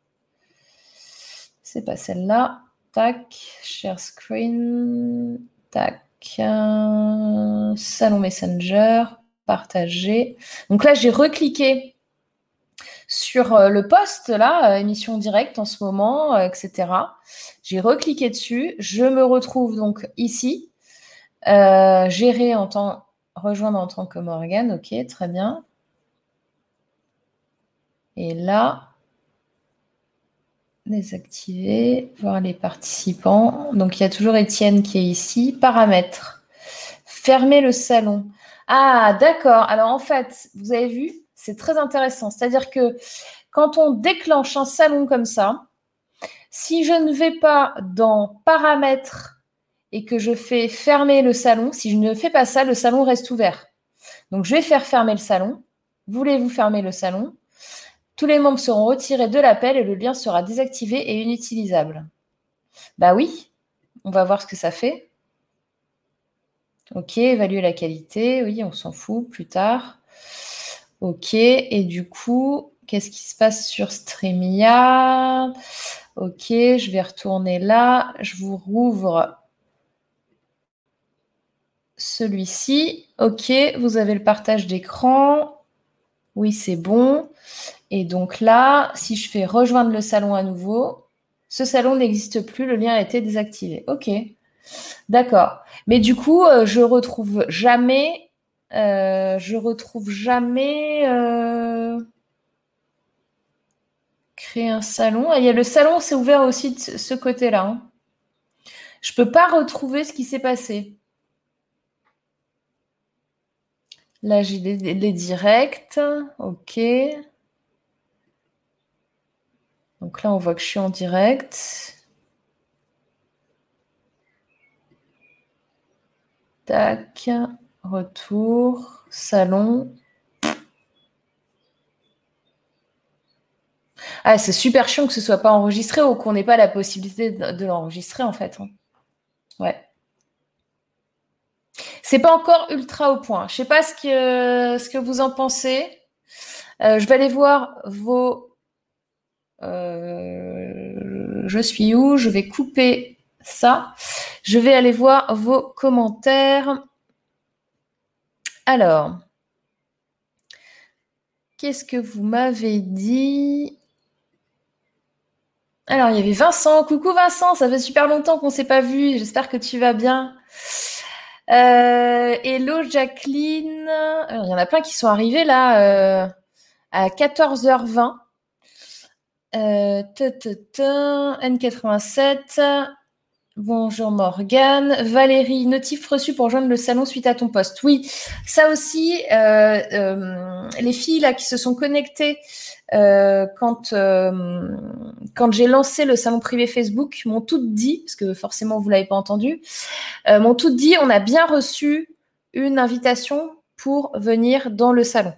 A: C'est pas celle-là. Tac, share screen. Tac, euh, salon Messenger, partager. Donc là, j'ai recliqué sur euh, le post, là, euh, émission directe en ce moment, euh, et cetera. J'ai recliqué dessus. Je me retrouve donc ici. Euh, gérer en tant rejoindre en tant que Morgane, ok, très bien. Et là, désactiver, voir les participants. Donc, il y a toujours Étienne qui est ici. Paramètres. Fermer le salon. Ah, d'accord. Alors, en fait, vous avez vu, c'est très intéressant. C'est-à-dire que quand on déclenche un salon comme ça, si je ne vais pas dans Paramètres et que je fais fermer le salon, si je ne fais pas ça, le salon reste ouvert. Donc, je vais faire fermer le salon. Voulez-vous fermer le salon ? Tous les membres seront retirés de l'appel et le lien sera désactivé et inutilisable. Bah oui, on va voir ce que ça fait. Ok, évaluer la qualité. Oui, on s'en fout plus tard. Ok, et du coup, qu'est-ce qui se passe sur StreamYard ? Ok, je vais retourner là. Je vous rouvre celui-ci. Ok, vous avez le partage d'écran. Oui, c'est bon. Et donc là, si je fais rejoindre le salon à nouveau, ce salon n'existe plus, le lien a été désactivé. Ok, d'accord. Mais du coup, euh, je retrouve jamais, euh, je retrouve jamais euh, créer un salon. Ah, il y a le salon, c'est ouvert aussi de ce côté-là. Hein. Je peux pas retrouver ce qui s'est passé. Là, j'ai les, les directs. Ok. Donc là, on voit que je suis en direct. Tac, retour, salon. Ah, c'est super chiant que ce soit pas enregistré ou qu'on n'ait pas la possibilité de, de l'enregistrer en fait. Ouais. C'est pas encore ultra au point. Je sais pas ce que, ce que vous en pensez. Euh, je vais aller voir vos... Euh, je suis où? Je vais couper ça. Je vais aller voir vos commentaires. Alors, qu'est-ce que vous m'avez dit? Alors, il y avait Vincent. Coucou Vincent, ça fait super longtemps qu'on ne s'est pas vu. J'espère que tu vas bien. Euh, hello Jacqueline. Alors, il y en a plein qui sont arrivés là euh, à quatorze heures vingt. Euh, N quatre-vingt-sept. Bonjour Morgane. Valérie, notif reçu pour joindre le salon suite à ton post. Oui, ça aussi, euh, euh, les filles là qui se sont connectées euh, quand, euh, quand j'ai lancé le salon privé Facebook m'ont toutes dit, parce que forcément vous ne l'avez pas entendu, euh, m'ont toutes dit on a bien reçu une invitation pour venir dans le salon.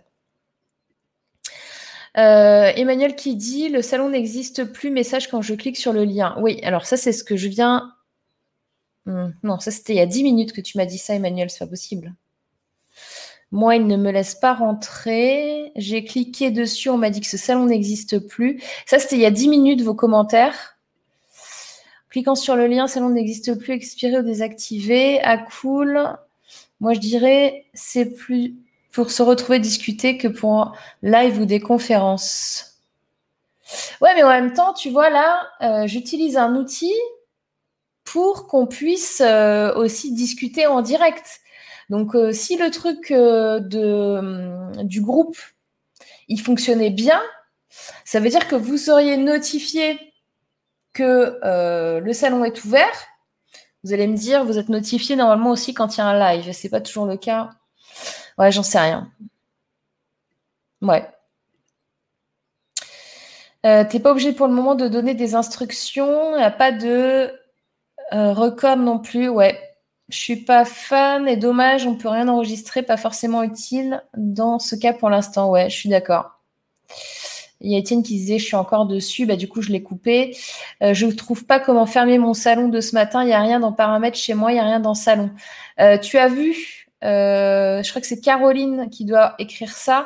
A: Euh, Emmanuel qui dit le salon n'existe plus, message quand je clique sur le lien. Oui, alors ça c'est ce que je viens... Hum, non, ça c'était il y a dix minutes que tu m'as dit ça, Emmanuel, c'est pas possible. Moi, il ne me laisse pas rentrer. J'ai cliqué dessus, on m'a dit que ce salon n'existe plus. Ça, c'était il y a dix minutes, vos commentaires. Cliquant sur le lien, salon n'existe plus, expiré ou désactivé. Ah, cool. Moi, je dirais, c'est plus pour se retrouver discuter que pour live ou des conférences. Ouais, mais en même temps, tu vois, là, euh, j'utilise un outil pour qu'on puisse euh, aussi discuter en direct. Donc, euh, si le truc euh, de, euh, du groupe, il fonctionnait bien, ça veut dire que vous seriez notifié que euh, le salon est ouvert. Vous allez me dire, vous êtes notifié normalement aussi quand il y a un live. C'est pas toujours le cas. Ouais, j'en sais rien. Ouais. Euh, t'es pas obligé pour le moment de donner des instructions. Il n'y a pas de euh, record non plus. Ouais. Je suis pas fan et dommage, on peut rien enregistrer, pas forcément utile dans ce cas pour l'instant. Ouais, je suis d'accord. Il y a Étienne qui disait je suis encore dessus, bah du coup je l'ai coupé. Euh, je ne trouve pas comment fermer mon salon de ce matin. Il n'y a rien dans paramètres chez moi, il n'y a rien dans salon. Euh, tu as vu, euh, je crois que c'est Caroline qui doit écrire ça.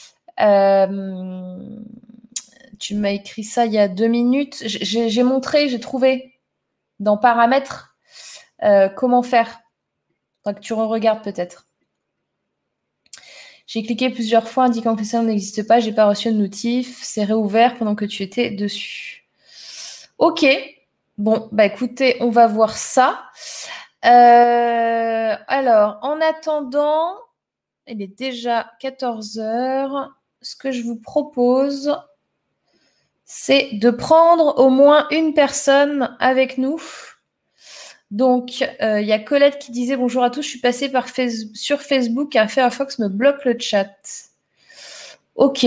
A: Euh, tu m'as écrit ça il y a deux minutes. J'ai, j'ai montré, j'ai trouvé dans paramètres euh, comment faire. Donc tu re-regardes peut-être. J'ai cliqué plusieurs fois indiquant que le salon n'existe pas. J'ai pas reçu de notif. C'est réouvert pendant que tu étais dessus. Ok. Bon, bah écoutez, on va voir ça. Euh, alors, en attendant, il est déjà quatorze heures. Ce que je vous propose, c'est de prendre au moins une personne avec nous. Donc, il euh, y a Colette qui disait « Bonjour à tous, je suis passée par face- sur Facebook car Firefox me bloque le chat. » Ok.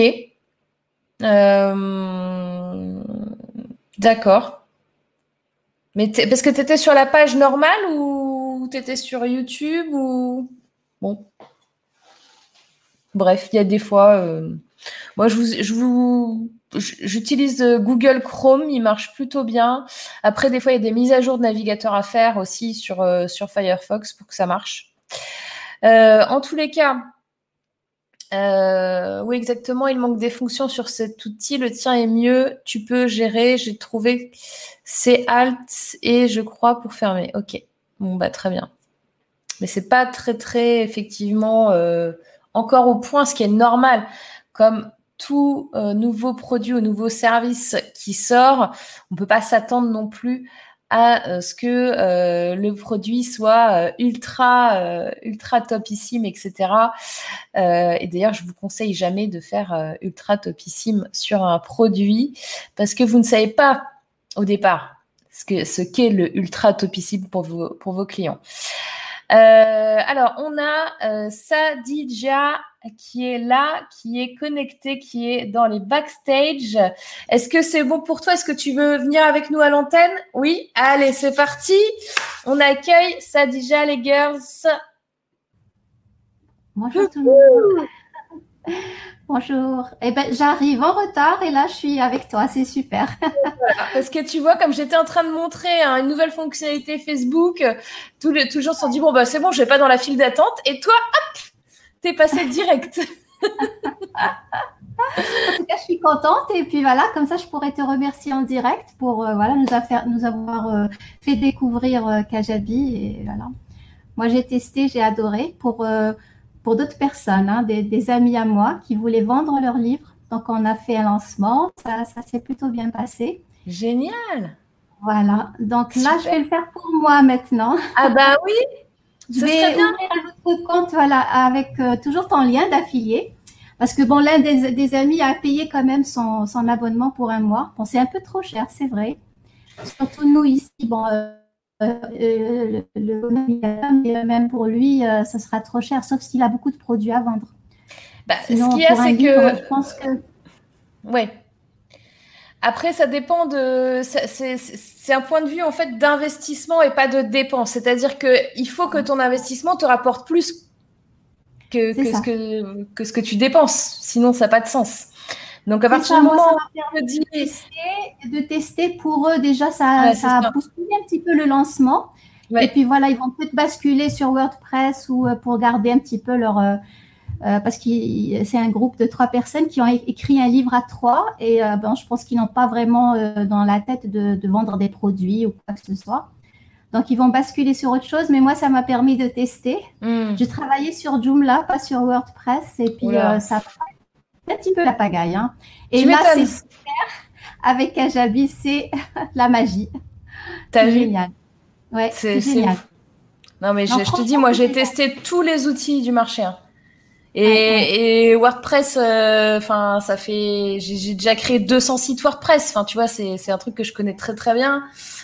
A: Euh... D'accord. Mais parce que tu étais sur la page normale ou tu étais sur YouTube ou... Bon. Bref, il y a des fois... Euh... Moi, je vous, je vous, j'utilise Google Chrome, il marche plutôt bien. Après, des fois, il y a des mises à jour de navigateur à faire aussi sur, euh, sur Firefox pour que ça marche. Euh, en tous les cas, euh, oui, exactement, il manque des fonctions sur cet outil. Le tien est mieux, tu peux gérer. J'ai trouvé c'est Alt et je crois pour fermer. Ok, bon, bah très bien. Mais c'est pas très, très, effectivement, euh, encore au point, ce qui est normal. Comme tout euh, nouveau produit ou nouveau service qui sort, on ne peut pas s'attendre non plus à euh, ce que euh, le produit soit euh, ultra, euh, ultra topissime, et cetera. Euh, et d'ailleurs, je vous conseille jamais de faire euh, ultra topissime sur un produit parce que vous ne savez pas au départ ce, que, ce qu'est le ultra topissime pour vos, pour vos clients. Euh, alors, on a euh, Sadidja qui est là, qui est connecté, qui est dans les backstage. Est-ce que c'est bon pour toi? Est-ce que tu veux venir avec nous à l'antenne? Oui? Allez, c'est parti. On accueille Sadidja, les girls.
B: Bonjour tout le monde. Bonjour. Eh ben, j'arrive en retard et là, je suis avec toi. C'est super.
A: Voilà, parce que tu vois, comme j'étais en train de montrer hein, une nouvelle fonctionnalité Facebook, tous les, tous les gens se sont dit, bon, bah, c'est bon, je vais pas dans la file d'attente. Et toi, hop, t'es passé direct.
B: En tout cas, je suis contente. Et puis voilà, comme ça, je pourrais te remercier en direct pour euh, voilà, nous, affaire, nous avoir euh, fait découvrir euh, Kajabi. Et voilà. Moi, j'ai testé, j'ai adoré pour, euh, pour d'autres personnes, hein, des, des amis à moi qui voulaient vendre leurs livres. Donc, on a fait un lancement. Ça, ça s'est plutôt bien passé.
A: Génial.
B: Voilà. Donc là, je
A: Super.
B: vais le faire pour moi maintenant.
A: Ah bah oui,
B: Je
A: ce serait
B: vais
A: bien.
B: ouvrir un autre compte, voilà, avec euh, toujours ton lien d'affilié. Parce que bon, l'un des, des amis a payé quand même son, son abonnement pour un mois. Bon, c'est un peu trop cher, c'est vrai. Surtout nous ici, bon, euh, euh, le, le bonhomme, il a- mais même pour lui, euh, ça sera trop cher, sauf s'il a beaucoup de produits à vendre.
A: Bah, ce
B: Sinon,
A: qu'il y a,
B: pour un
A: c'est
B: livre,
A: que,
B: je pense que
A: ouais. Après, ça dépend de, ça- c'est c'est un point de vue en fait d'investissement et pas de dépense. C'est-à-dire que il faut que ton investissement te rapporte plus que,
B: c'est
A: que ce
B: ça.
A: que, que ce que tu dépenses. Sinon, ça n'a pas de sens. Donc, à
B: C'est
A: partir
B: ça,
A: du
B: moi, ça
A: moment où
B: m'a
A: tu
B: permis
A: te dis,
B: de tester, de tester pour eux. Déjà, ça,
A: ouais, c'est
B: ça a
A: ça.
B: bousculé un petit peu le lancement. Et
A: Ouais.
B: puis voilà, ils vont peut-être basculer sur WordPress ou euh, pour garder un petit peu leur. Euh, euh, parce que c'est un groupe de trois personnes qui ont é- écrit un livre à trois. Et euh, ben, je pense qu'ils n'ont pas vraiment euh, dans la tête de, de vendre des produits ou quoi que ce soit. Donc, ils vont basculer sur autre chose. Mais moi, ça m'a permis de tester.
A: Hmm.
B: J'ai travaillé sur Joomla, pas sur WordPress. Et puis, euh,
A: Oula.
B: ça a fait un petit peu la pagaille, hein. Et
A: Tu
B: là, c'est
A: m'étonnes.
B: avec Kajabi, c'est la magie.
A: T'as
B: C'est
A: vu?
B: génial. Ouais,
A: C'est,
B: c'est
A: c'est
B: génial.
A: ouf. Non, mais
B: Non,
A: je, je te dis,
B: franchement,
A: moi,
B: c'est
A: j'ai
B: génial.
A: testé tous les outils du marché, hein.
B: Ouais, ouais.
A: Et, et WordPress, euh, enfin, ça fait, j'ai j'ai déjà créé deux cents sites WordPress. Enfin, tu vois, c'est c'est un truc que je connais très très bien.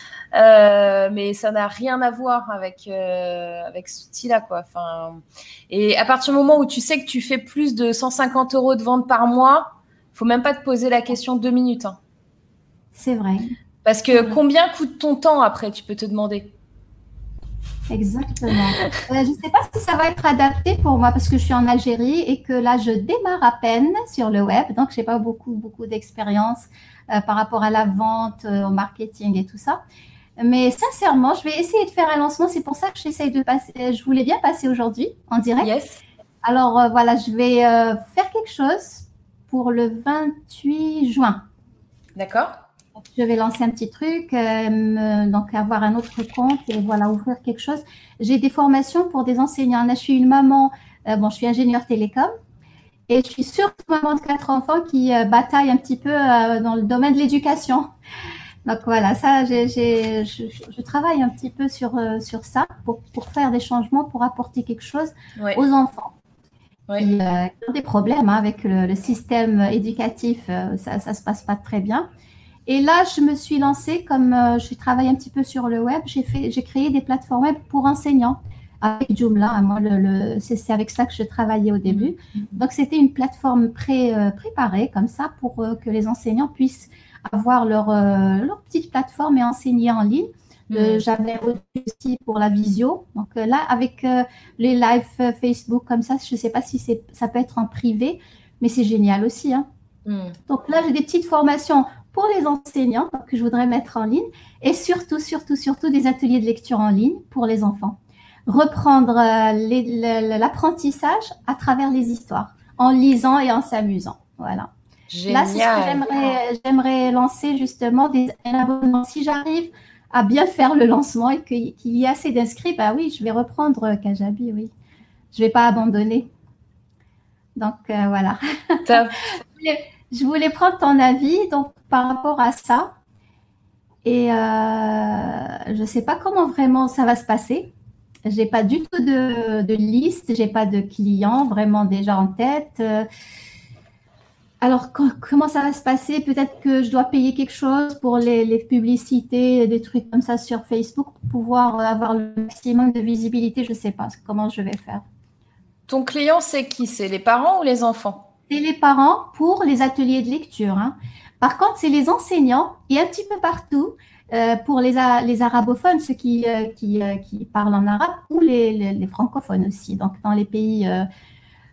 A: Euh, mais ça n'a rien à voir avec euh, avec cet outil-là, quoi. Enfin, et à partir du moment où tu sais que tu fais plus de cent cinquante euros de vente par mois, faut même pas te poser la question deux minutes, hein.
B: C'est vrai.
A: Parce
B: C'est
A: que
B: vrai.
A: combien coûte ton temps après, tu peux te demander.
B: Exactement. Euh, je ne sais pas si ça va être adapté pour moi parce que je suis en Algérie et que là, je démarre à peine sur le web. Donc, je n'ai pas beaucoup, beaucoup d'expérience euh, par rapport à la vente, euh, au marketing et tout ça. Mais sincèrement, je vais essayer de faire un lancement. C'est pour ça que j'essaye de passer. Je voulais bien passer aujourd'hui en direct.
A: Yes,
B: Alors, euh, voilà, je vais euh, faire quelque chose pour le vingt-huit juin.
A: d'accord.
B: Je vais lancer un petit truc, euh, me- donc avoir un autre compte et voilà, ouvrir quelque chose. J'ai des formations pour des enseignants. Là, je suis une maman, euh, bon, je suis ingénieure télécom et je suis surtout maman de quatre enfants qui euh, bataillent un petit peu euh, dans le domaine de l'éducation. Donc voilà, ça, j'ai, j'ai, je, je travaille un petit peu sur, euh, sur ça pour, pour faire des changements, pour apporter quelque chose
A: Ouais,
B: aux enfants
A: ouais.
B: qui, euh, qui ont des problèmes hein, avec le, le système éducatif. Euh, ça ne se passe pas très bien. Et là, je me suis lancée, comme euh, je travaille un petit peu sur le web, j'ai fait, j'ai créé des plateformes web pour enseignants avec Joomla. Hein. Moi, le, le, c'est, c'est avec ça que je travaillais au
A: Mhm.
B: début. Donc, c'était une plateforme pré, euh, préparée comme ça pour euh, que les enseignants puissent avoir leur, euh, leur petite plateforme et enseigner en ligne. Euh,
A: Mhm.
B: j'avais aussi pour la visio. Donc euh, là, avec euh, les lives euh, Facebook comme ça, je ne sais pas si c'est, ça peut être en privé, mais c'est génial aussi. Hein.
A: Mhm.
B: Donc là, j'ai des petites formations pour les enseignants que je voudrais mettre en ligne et surtout, surtout, surtout des ateliers de lecture en ligne pour les enfants. Reprendre euh, les, le- l'apprentissage à travers les histoires, en lisant et en s'amusant. Voilà. Là, c'est ce que
A: Génial.
B: j'aimerais, j'aimerais lancer justement des un abonnement. Si j'arrive à bien faire le lancement et qu'il qu'il y ait assez d'inscrits, bah oui, je vais reprendre euh, Kajabi, oui. Je ne vais pas abandonner. Donc euh, voilà.
A: Top.
B: Je voulais, je voulais prendre ton avis donc par rapport à ça. Et euh, je ne sais pas comment vraiment ça va se passer. J'ai pas du tout de, de liste, j'ai pas de clients vraiment déjà en tête. Euh, Alors, co- comment ça va se passer? Peut-être que je dois payer quelque chose pour les, les publicités, des trucs comme ça sur Facebook pour pouvoir avoir le maximum de visibilité. Je ne sais pas comment je vais faire.
A: Ton client, c'est qui? C'est les parents ou les enfants?
B: C'est les parents pour les ateliers de lecture. Hein. Par contre, c'est les enseignants et un petit peu partout euh, pour les, a- les arabophones, ceux qui, euh, qui, euh, qui parlent en arabe, ou les, les- les francophones aussi. Donc, dans les pays, euh,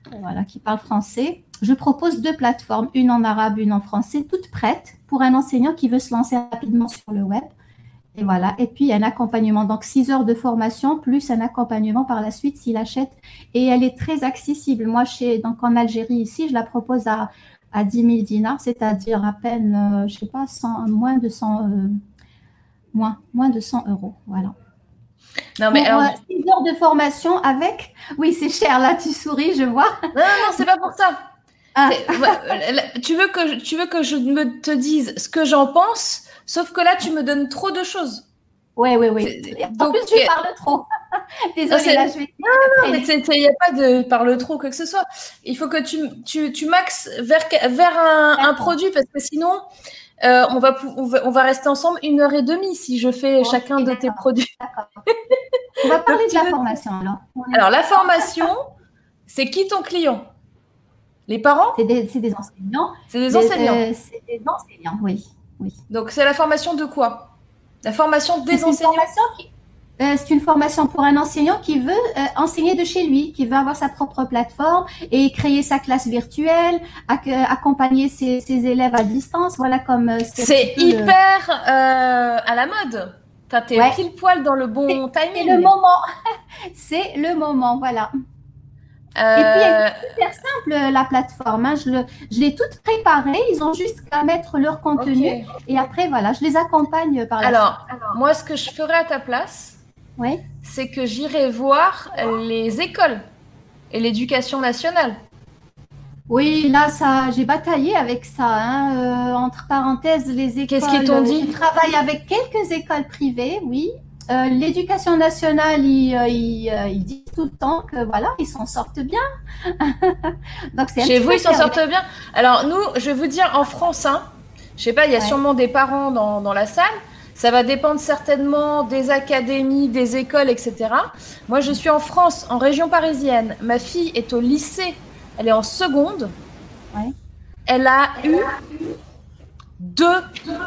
B: voilà, qui parle français. Je propose deux plateformes, une en arabe, une en français, toutes prêtes pour un enseignant qui veut se lancer rapidement sur le web. Et voilà. Et puis, un accompagnement. Donc, six heures de formation plus un accompagnement par la suite s'il achète. Et elle est très accessible. Moi, chez, donc en Algérie, ici, je la propose à, à dix mille dinars, c'est-à-dire à peine, euh, je sais pas, cent, moins de cent, euh, moins, moins de cent euros. Voilà.
A: Non, mais
B: pour
A: alors...
B: euh, six heures de formation avec. Oui, c'est cher. Là, tu souris, je vois.
A: Non, non, non, c'est pas pour ça.
B: Ah.
A: Tu veux que, tu veux que je me te dise ce que j'en pense, sauf que là, tu me donnes trop de choses.
B: Oui, oui, oui. En
A: Donc,
B: plus, je parle trop. Désolée, là, je vais...
A: Non, non, mais il n'y a pas de parle trop, quoi que ce soit. Il faut que tu, tu, tu maxes vers, vers un, un produit, parce que sinon, euh, on, va, on, va, on va rester ensemble une heure et demie si je fais okay, chacun de tes produits.
B: D'accord. On va parler de la veux... formation, alors.
A: Alors, la formation, c'est qui ton client? Les parents?
B: C'est des, des enseignants.
A: C'est des enseignants.
B: Euh, c'est des enseignants, oui. oui.
A: Donc, c'est la formation de quoi? La formation des
B: c'est
A: enseignants.
B: Une formation qui, euh, c'est une formation pour un enseignant qui veut euh, enseigner de chez lui, qui veut avoir sa propre plateforme et créer sa classe virtuelle, ac accompagner ses, ses élèves à distance. Voilà comme. Euh,
A: c'est hyper le... euh, à la mode. Enfin, t'es ouais. pile poil dans le bon timing.
B: C'est le moment. C'est le moment, voilà. Euh... Et puis, elle est super simple, la plateforme. Hein. Je, le, je l'ai toute préparée. Ils ont juste qu'à mettre leur contenu. Okay. Et après, voilà, je les accompagne par la
A: alors, suite. Alors, moi, ce que je ferais à ta place,
B: ouais.
A: c'est que j'irais voir les écoles et l'éducation nationale.
B: Oui, là, ça, j'ai bataillé avec ça. Hein. Euh, entre parenthèses, les écoles.
A: Qu'est-ce qu'ils t'ont dit?
B: Je travaille avec quelques écoles privées, oui. Euh, l'éducation nationale, ils, ils, ils disent tout le temps que voilà, ils s'en sortent bien.
A: Donc c'est chez vous, ils s'en sortent bien. Alors nous, je vais vous dire en France, hein, je sais pas, il y a ouais. sûrement des parents dans, dans la salle. Ça va dépendre certainement des académies, des écoles, et cetera. Moi, je suis en France, en région parisienne. Ma fille est au lycée. Elle est en seconde.
B: Ouais.
A: Elle a eu deux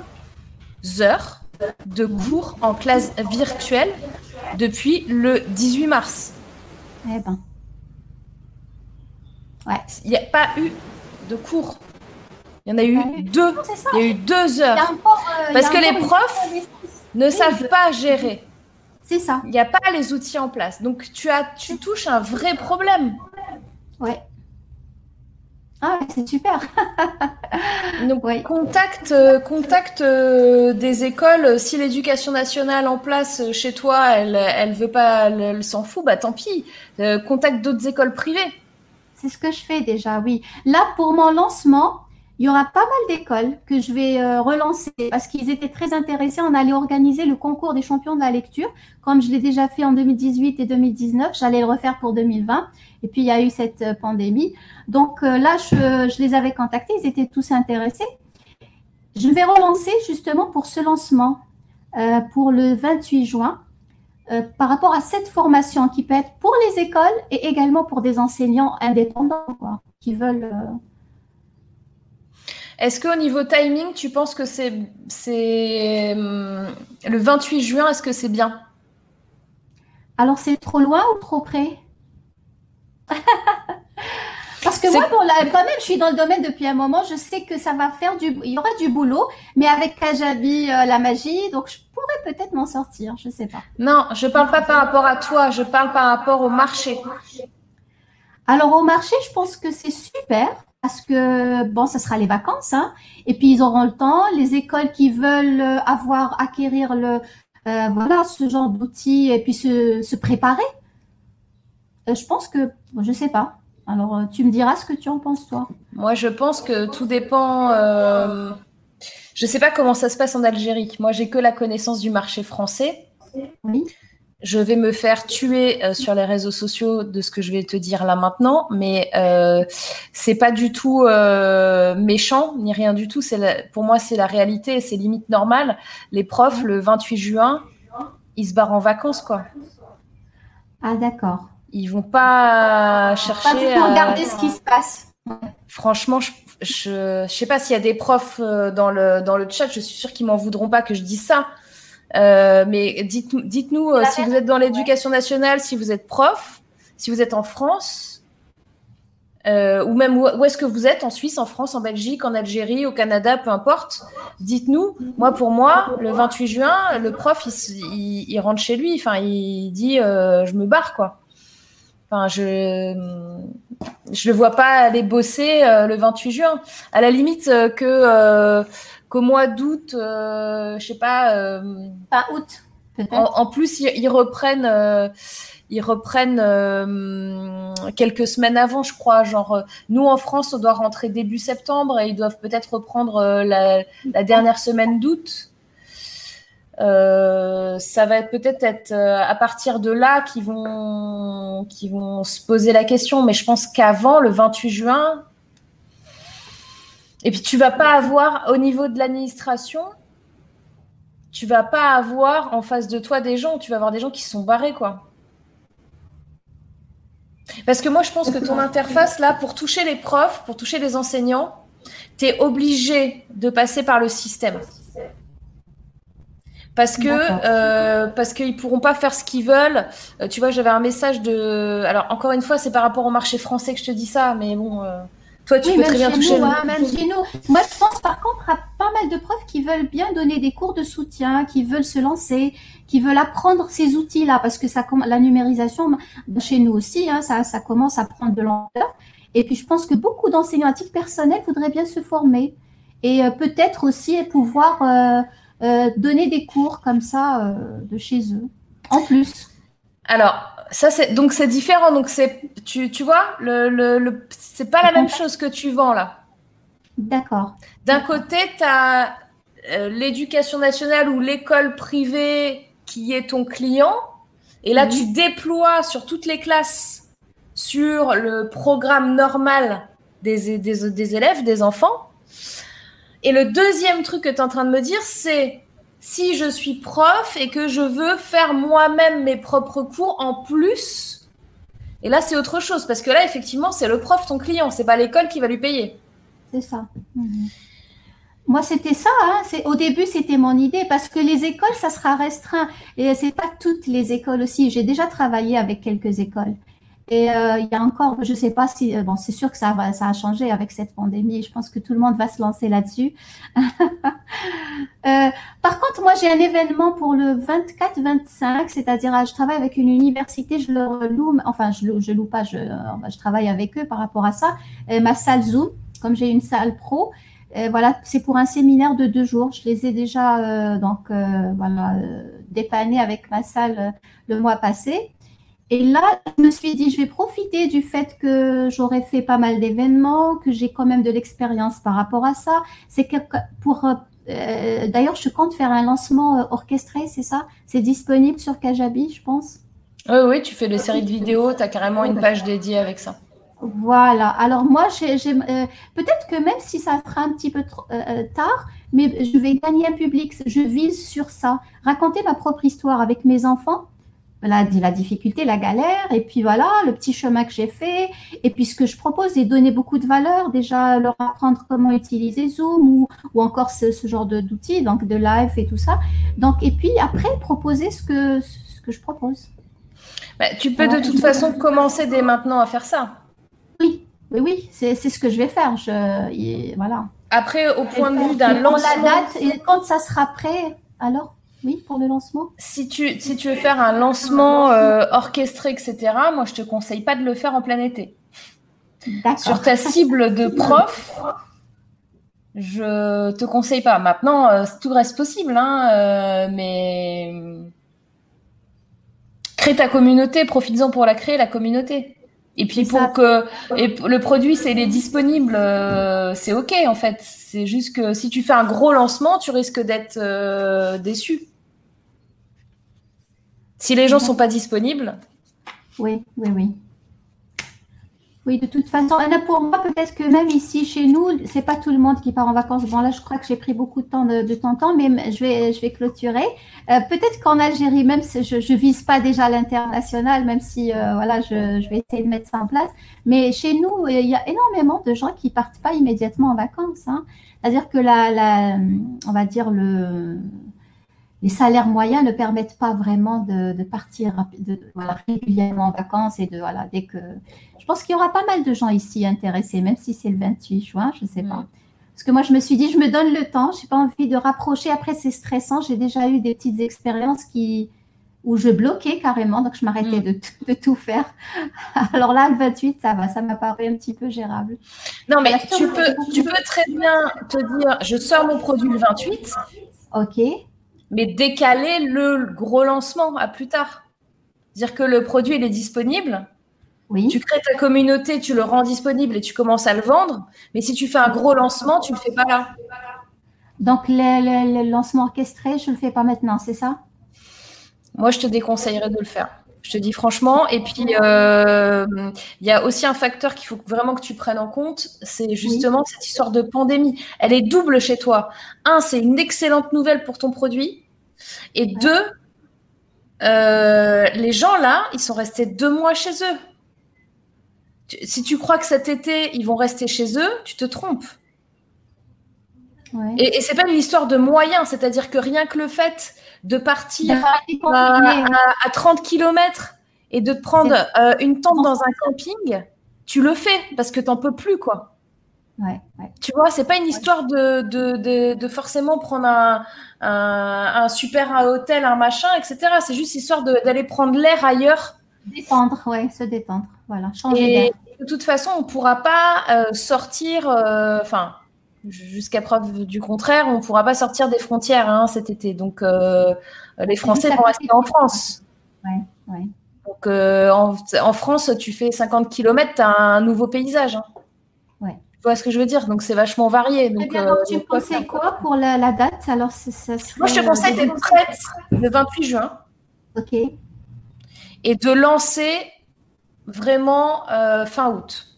A: heures de cours en classe virtuelle depuis le dix-huit mars.
B: Eh ben. Ouais.
A: Il n'y a pas eu de cours. Il y en a eu ouais. deux. Non, il y a eu deux heures.
B: Encore, euh,
A: Parce que les profs ne oui, savent je... pas gérer.
B: C'est ça.
A: Il n'y a pas les outils en place. Donc, tu, as, tu touches un vrai problème.
B: Ouais. Ah, c'est super.
A: Donc, oui. contacte, euh, contacte euh, des écoles. Si l'éducation nationale en place euh, chez toi, elle elle veut pas, elle, elle s'en fout, bah tant pis. Euh, contacte d'autres écoles privées.
B: C'est ce que je fais déjà, oui. Là, pour mon lancement, il y aura pas mal d'écoles que je vais euh, relancer parce qu'ils étaient très intéressés. On allait organiser le concours des champions de la lecture, comme je l'ai déjà fait en deux mille dix-huit et deux mille dix-neuf. J'allais le refaire pour deux mille vingt. Et puis, il y a eu cette euh, pandémie. Donc euh, là, je, je les avais contactés. Ils étaient tous intéressés. Je vais relancer justement pour ce lancement, euh, pour le vingt-huit juin, euh, par rapport à cette formation qui peut être pour les écoles et également pour des enseignants indépendants quoi, qui veulent... Euh...
A: Est-ce qu'au niveau timing, tu penses que c'est, c'est euh, le vingt-huit juin, est-ce que c'est bien?
B: Alors, c'est trop loin ou trop près? Parce que c'est... moi, bon, là, quand même, je suis dans le domaine depuis un moment. Je sais que ça va faire du... Il y aura du boulot, mais avec Kajabi, euh, la magie, donc je pourrais peut-être m'en sortir, je ne sais pas.
A: Non, je ne parle pas par rapport à toi, je parle par rapport au marché.
B: Alors, au marché, je pense que c'est super. Parce que, bon, ça sera les vacances, hein, et puis ils auront le temps. Les écoles qui veulent avoir, acquérir le, euh, voilà, ce genre d'outils et puis se, se préparer. Euh, je pense que, bon, je sais pas. Alors, tu me diras ce que tu en penses, toi.
A: Moi, je pense que tout dépend. Euh... Je sais pas comment ça se passe en Algérie. Moi, j'ai que la connaissance du marché français.
B: Oui.
A: Je vais me faire tuer euh, sur les réseaux sociaux de ce que je vais te dire là maintenant, mais euh, c'est pas du tout euh, méchant ni rien du tout. C'est la, pour moi, c'est la réalité et c'est limite normal. Les profs, le vingt-huit juin, ils se barrent en vacances, quoi.
B: Ah, d'accord.
A: Ils vont pas chercher
B: pas du tout regarder à... ce qui se passe.
A: Franchement, je, je, je sais pas s'il y a des profs dans le dans le chat. Je suis sûre qu'ils m'en voudront pas que je dise ça. Euh, mais dites-nous, dites-nous euh, si vous êtes dans l'éducation nationale, si vous êtes prof, si vous êtes en France, euh, ou même où, où est-ce que vous êtes, en Suisse, en France, en Belgique, en Algérie, au Canada, peu importe. Dites-nous. Moi, pour moi, le vingt-huit juin, le prof, il, il, il rentre chez lui. Enfin, il dit euh, « je me barre », quoi. Enfin, je je le vois pas aller bosser euh, le vingt-huit juin. À la limite euh, que euh, qu'au mois d'août, euh, je sais pas. Euh,
B: Fin août, peut-être.
A: En, en plus, ils, ils reprennent. Euh, ils reprennent euh, quelques semaines avant, je crois. Genre, nous en France, on doit rentrer début septembre et ils doivent peut-être reprendre euh, la, la dernière semaine d'août. Euh, ça va peut-être être euh, à partir de là qu'ils vont, qu'ils vont se poser la question. Mais je pense qu'avant, le vingt-huit juin, et puis tu vas pas avoir, au niveau de l'administration, tu vas pas avoir en face de toi des gens, tu vas avoir des gens qui se sont barrés, quoi. Parce que moi, je pense que ton interface, là, pour toucher les profs, pour toucher les enseignants, tu es obligé de passer par le système. Parce que euh, parce qu'ils ne pourront pas faire ce qu'ils veulent. Euh, tu vois, j'avais un message de... Alors, encore une fois, c'est par rapport au marché français que je te dis ça, mais bon... Euh... Toi, tu
B: oui,
A: peux très bien toucher...
B: Nous, le... hein, même chez nous. Moi, je pense par contre à pas mal de profs qui veulent bien donner des cours de soutien, qui veulent se lancer, qui veulent apprendre ces outils-là, parce que ça, la numérisation, chez nous aussi, hein, ça, ça commence à prendre de l'ampleur. Et puis, je pense que beaucoup d'enseignants à titre personnel voudraient bien se former et euh, peut-être aussi pouvoir euh, euh, donner des cours comme ça euh, de chez eux, en plus.
A: Alors, ça c'est donc c'est différent. Donc c'est tu tu vois le le, le c'est pas la même chose que tu vends là.
B: D'accord.
A: D'un côté, tu as euh, l'éducation nationale ou l'école privée qui est ton client, et là, mmh. tu déploies sur toutes les classes, sur le programme normal des, des, des élèves, des enfants. Et le deuxième truc que tu es en train de me dire, c'est si je suis prof et que je veux faire moi-même mes propres cours en plus, et là, c'est autre chose, parce que là, effectivement, c'est le prof, ton client, c'est pas l'école qui va lui payer.
B: C'est ça. Mmh. Moi, c'était ça. Hein. Au début, c'était mon idée parce que les écoles, ça sera restreint. Et c'est pas toutes les écoles aussi. J'ai déjà travaillé avec quelques écoles. Et euh, il y a encore, je sais pas si, bon, c'est sûr que ça, va, ça a changé avec cette pandémie. Je pense que tout le monde va se lancer là-dessus. euh, par contre, moi, j'ai un événement pour le vingt-quatre vingt-cinq, c'est-à-dire, je travaille avec une université, je leur loue, enfin, je loue, je loue pas, je, je travaille avec eux par rapport à ça. Et ma salle Zoom, comme j'ai une salle pro. Euh, voilà, c'est pour un séminaire de deux jours. Je les ai déjà euh, donc euh, voilà euh, dépannés avec ma salle euh, le mois passé. Et là, je me suis dit, je vais profiter du fait que j'aurais fait pas mal d'événements, que j'ai quand même de l'expérience par rapport à ça. C'est que pour euh, d'ailleurs, je compte faire un lancement euh, orchestré, c'est ça? C'est disponible sur Kajabi, je pense.
A: Oui, oui, tu fais des séries de vidéos, tu as carrément une page dédiée avec ça.
B: Voilà. Alors moi, j'ai, j'ai, euh, peut-être que même si ça sera un petit peu trop, euh, tard, mais je vais gagner un public. Je vise sur ça. Raconter ma propre histoire avec mes enfants, la, la difficulté, la galère, et puis voilà, le petit chemin que j'ai fait. Et puis ce que je propose, c'est donner beaucoup de valeur. Déjà, leur apprendre comment utiliser Zoom ou, ou encore ce, ce genre de, d'outils, donc de live et tout ça. Donc, et puis après, proposer ce que, ce que je propose.
A: Bah, tu peux voilà. de toute façon commencer dès maintenant à faire ça.
B: Oui, oui, oui, c'est, c'est ce que je vais faire. Je, et, voilà.
A: Après, au point de vue d'un lancement...
B: La date, et quand ça sera prêt, alors, oui, pour le lancement.
A: Si tu, si tu veux faire un lancement euh, orchestré, et cetera, moi, je ne te conseille pas de le faire en plein été.
B: D'accord.
A: Sur ta cible de prof, je ne te conseille pas. Maintenant, euh, tout reste possible, hein, euh, mais... Crée ta communauté, profites-en pour la créer, la communauté. Et puis pour que et le produit, c'est il est disponible, euh, c'est ok en fait. C'est juste que si tu fais un gros lancement, tu risques d'être euh, déçu. Si les gens sont pas disponibles.
B: Oui, oui, oui. Oui, de toute façon, là pour moi, peut-être que même ici chez nous, c'est pas tout le monde qui part en vacances. Bon là, je crois que j'ai pris beaucoup de temps de, de ton temps, mais je vais, je vais clôturer. Euh, peut-être qu'en Algérie, même si je, je vise pas déjà l'international, même si euh, voilà, je, je vais essayer de mettre ça en place. Mais chez nous, il y a énormément de gens qui partent pas immédiatement en vacances. Hein. C'est-à-dire que la, la, on va dire le les salaires moyens ne permettent pas vraiment de, de partir de, voilà, régulièrement en vacances et de voilà dès que. Je pense qu'il y aura pas mal de gens ici intéressés, même si c'est le vingt-huit juin, je ne sais pas. Parce que moi, je me suis dit, je me donne le temps, je n'ai pas envie de rapprocher. Après, c'est stressant. J'ai déjà eu des petites expériences qui, où je bloquais carrément, donc je m'arrêtais mmh. de, de tout faire. Alors là, le vingt-huit, ça va, ça m'a paru un petit peu gérable.
A: Non, mais voilà, tu, peux, tu peux très bien te dire, je sors mon produit le vingt-huit.
B: Ok.
A: Mais décaler le gros lancement à plus tard. Dire que le produit, il est disponible.
B: Oui.
A: Tu crées ta communauté, tu le rends disponible et tu commences à le vendre. Mais si tu fais un gros lancement, tu ne le fais pas là.
B: Donc, le, le, le lancement orchestré, je ne le fais pas maintenant, c'est ça?
A: Moi, je te déconseillerais de le faire. Je te dis franchement. Et puis, il euh, y a aussi un facteur qu'il faut vraiment que tu prennes en compte, c'est justement oui. cette histoire de pandémie. Elle est double chez toi. Un, c'est une excellente nouvelle pour ton produit. Et ouais. deux, euh, les gens là, ils sont restés deux mois chez eux. Tu, si tu crois que cet été, ils vont rester chez eux, tu te trompes. Ouais. Et, et c'est pas une histoire de moyens, c'est-à-dire que rien que le fait de partir à, à, à trente kilomètres et de te prendre euh, une tente dans un camping, tu le fais parce que t'en peux plus, quoi.
B: Ouais, ouais.
A: Tu vois, c'est pas une histoire de, de, de, de forcément prendre un, un, un super hôtel, un machin, et cetera. C'est juste histoire d'aller prendre l'air ailleurs.
B: Détendre, ouais, se détendre, voilà, changer d'air.
A: De toute façon, on pourra pas euh, sortir, enfin. Euh, Jusqu'à preuve du contraire, on ne pourra pas sortir des frontières hein, cet été. Donc, euh, les Français vont rester en France.
B: Ouais, ouais.
A: Donc, euh, en, en France, tu fais cinquante kilomètres, tu as un nouveau paysage. Hein.
B: Ouais.
A: Tu vois ce que je veux dire? Donc, c'est vachement varié. Donc,
B: bien, donc, euh, tu me conseilles quoi pour la, la date? Alors, ça serait,
A: moi, je te conseille d'être prête le vingt-huit juin.
B: OK.
A: Et de lancer vraiment euh, fin août.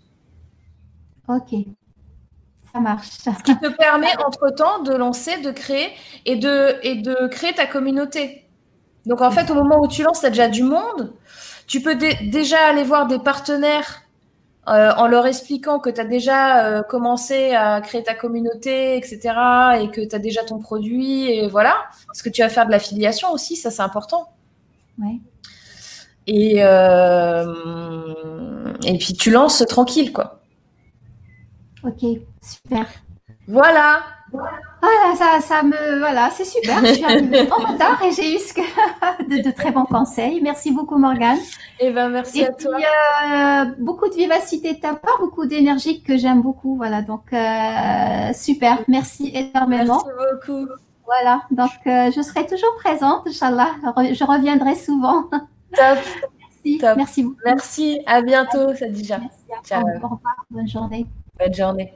B: OK. Ça marche.
A: Ce qui te permet, entre-temps, de lancer, de créer et de, et de créer ta communauté. Donc, en fait, au moment où tu lances, tu as déjà du monde. Tu peux dé déjà aller voir des partenaires euh, en leur expliquant que tu as déjà euh, commencé à créer ta communauté, et cetera, et que tu as déjà ton produit, et voilà. Parce que tu vas faire de l'affiliation aussi, ça, c'est important.
B: Ouais.
A: Et, euh, et puis, tu lances tranquille, quoi.
B: Ok, super.
A: Voilà.
B: Voilà, ça, ça me, voilà, c'est super. Je suis arrivée en retard et j'ai eu ce que, de, de très bons conseils. Merci beaucoup, Morgane.
A: Eh ben, merci
B: et
A: à
B: puis,
A: toi.
B: Euh, beaucoup de vivacité de ta part, beaucoup d'énergie que j'aime beaucoup. Voilà, donc euh, super. Merci énormément.
A: Merci beaucoup.
B: Voilà, donc euh, je serai toujours présente, Inch'Allah. Je reviendrai souvent.
A: Top.
B: Merci.
A: Top.
B: Merci beaucoup.
A: Merci. À bientôt, Sadija.
B: Merci.
A: Ciao.
B: Au revoir. Bonne journée.
A: Bonne journée.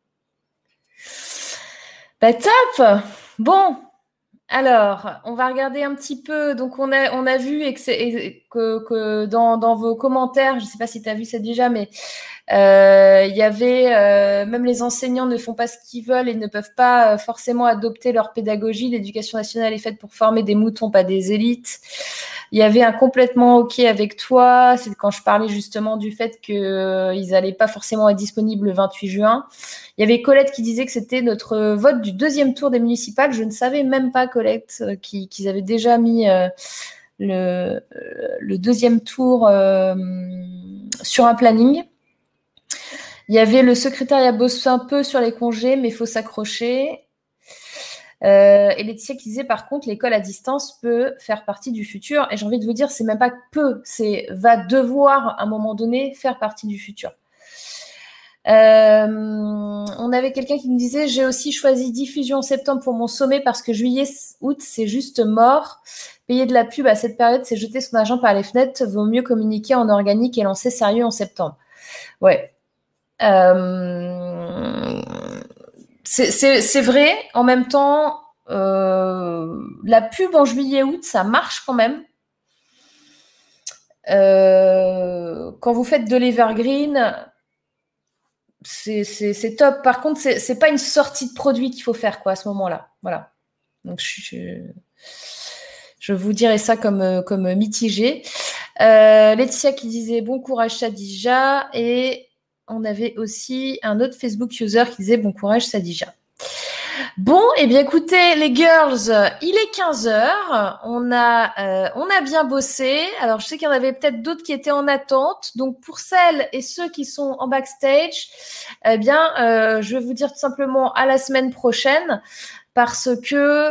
A: Bah, top. Bon, alors, on va regarder un petit peu. Donc, on a, on a vu et que, et que, que dans, dans vos commentaires, je ne sais pas si tu as vu ça déjà, mais euh, il y avait, euh, même les enseignants ne font pas ce qu'ils veulent et ne peuvent pas forcément adopter leur pédagogie. L'éducation nationale est faite pour former des moutons, pas des élites. Il y avait un complètement OK avec toi. C'est quand je parlais justement du fait qu'ils euh, n'allaient pas forcément être disponibles le vingt-huit juin. Il y avait Colette qui disait que c'était notre vote du deuxième tour des municipales. Je ne savais même pas, Colette, euh, qu'ils, qu'ils avaient déjà mis euh, le, le deuxième tour euh, sur un planning. Il y avait le secrétariat bosse un peu sur les congés, mais il faut s'accrocher. Euh, et Laetitia qui disait par contre l'école à distance peut faire partie du futur, et j'ai envie de vous dire c'est même pas peut, c'est va devoir à un moment donné faire partie du futur. Euh, on avait quelqu'un qui nous disait j'ai aussi choisi diffusion en septembre pour mon sommet parce que juillet août c'est juste mort, payer de la pub à cette période c'est jeter son argent par les fenêtres, vaut mieux communiquer en organique et lancer sérieux en septembre. Ouais. Euh... C'est, c'est, c'est vrai, en même temps, euh, la pub en juillet-août, ça marche quand même. Euh, quand vous faites de l'evergreen, c'est, c'est, c'est top. Par contre, c'est, c'est pas une sortie de produit qu'il faut faire quoi, à ce moment-là. Voilà. Donc, je, je, je vous dirais ça comme, comme mitigé. Euh, Laetitia qui disait « Bon courage, Sadija » et on avait aussi un autre Facebook user qui disait « Bon courage, Sadija ». Bon, eh bien écoutez les girls, il est quinze heures, on a, euh, on a bien bossé. Alors je sais qu'il y en avait peut-être d'autres qui étaient en attente. Donc pour celles et ceux qui sont en backstage, eh bien euh, je vais vous dire tout simplement à la semaine prochaine. Parce que,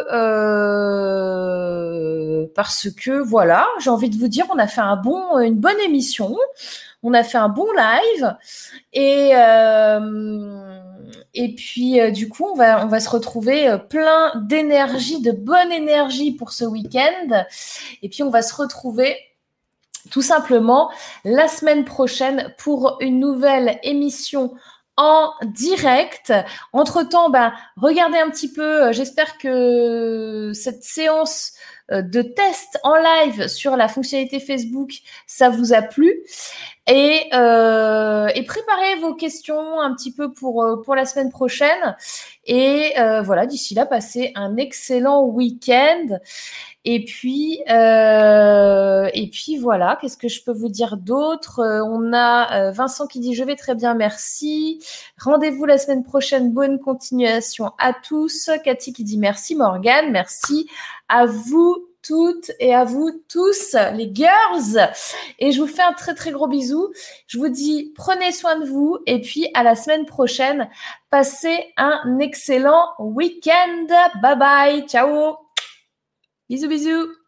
A: euh, parce que voilà, j'ai envie de vous dire, on a fait un bon, une bonne émission, on a fait un bon live, et euh, et puis euh, du coup, on va on va se retrouver euh, plein d'énergie, de bonne énergie pour ce week-end, et puis on va se retrouver tout simplement la semaine prochaine pour une nouvelle émission en direct. Entre-temps, ben, regardez un petit peu, j'espère que cette séance de test en live sur la fonctionnalité Facebook, ça vous a plu. Et, euh, et préparez vos questions un petit peu pour, pour la semaine prochaine. Et euh, voilà, d'ici là, passez un excellent week-end. Et puis, euh, et puis voilà, qu'est-ce que je peux vous dire d'autre? euh, On a euh, Vincent qui dit « Je vais très bien, merci ». Rendez-vous la semaine prochaine, bonne continuation à tous. Cathy qui dit « Merci Morgane », merci à vous toutes et à vous tous, les girls. Et je vous fais un très très gros bisou. Je vous dis prenez soin de vous et puis à la semaine prochaine. Passez un excellent week-end. Bye bye, ciao. Bisous bisous.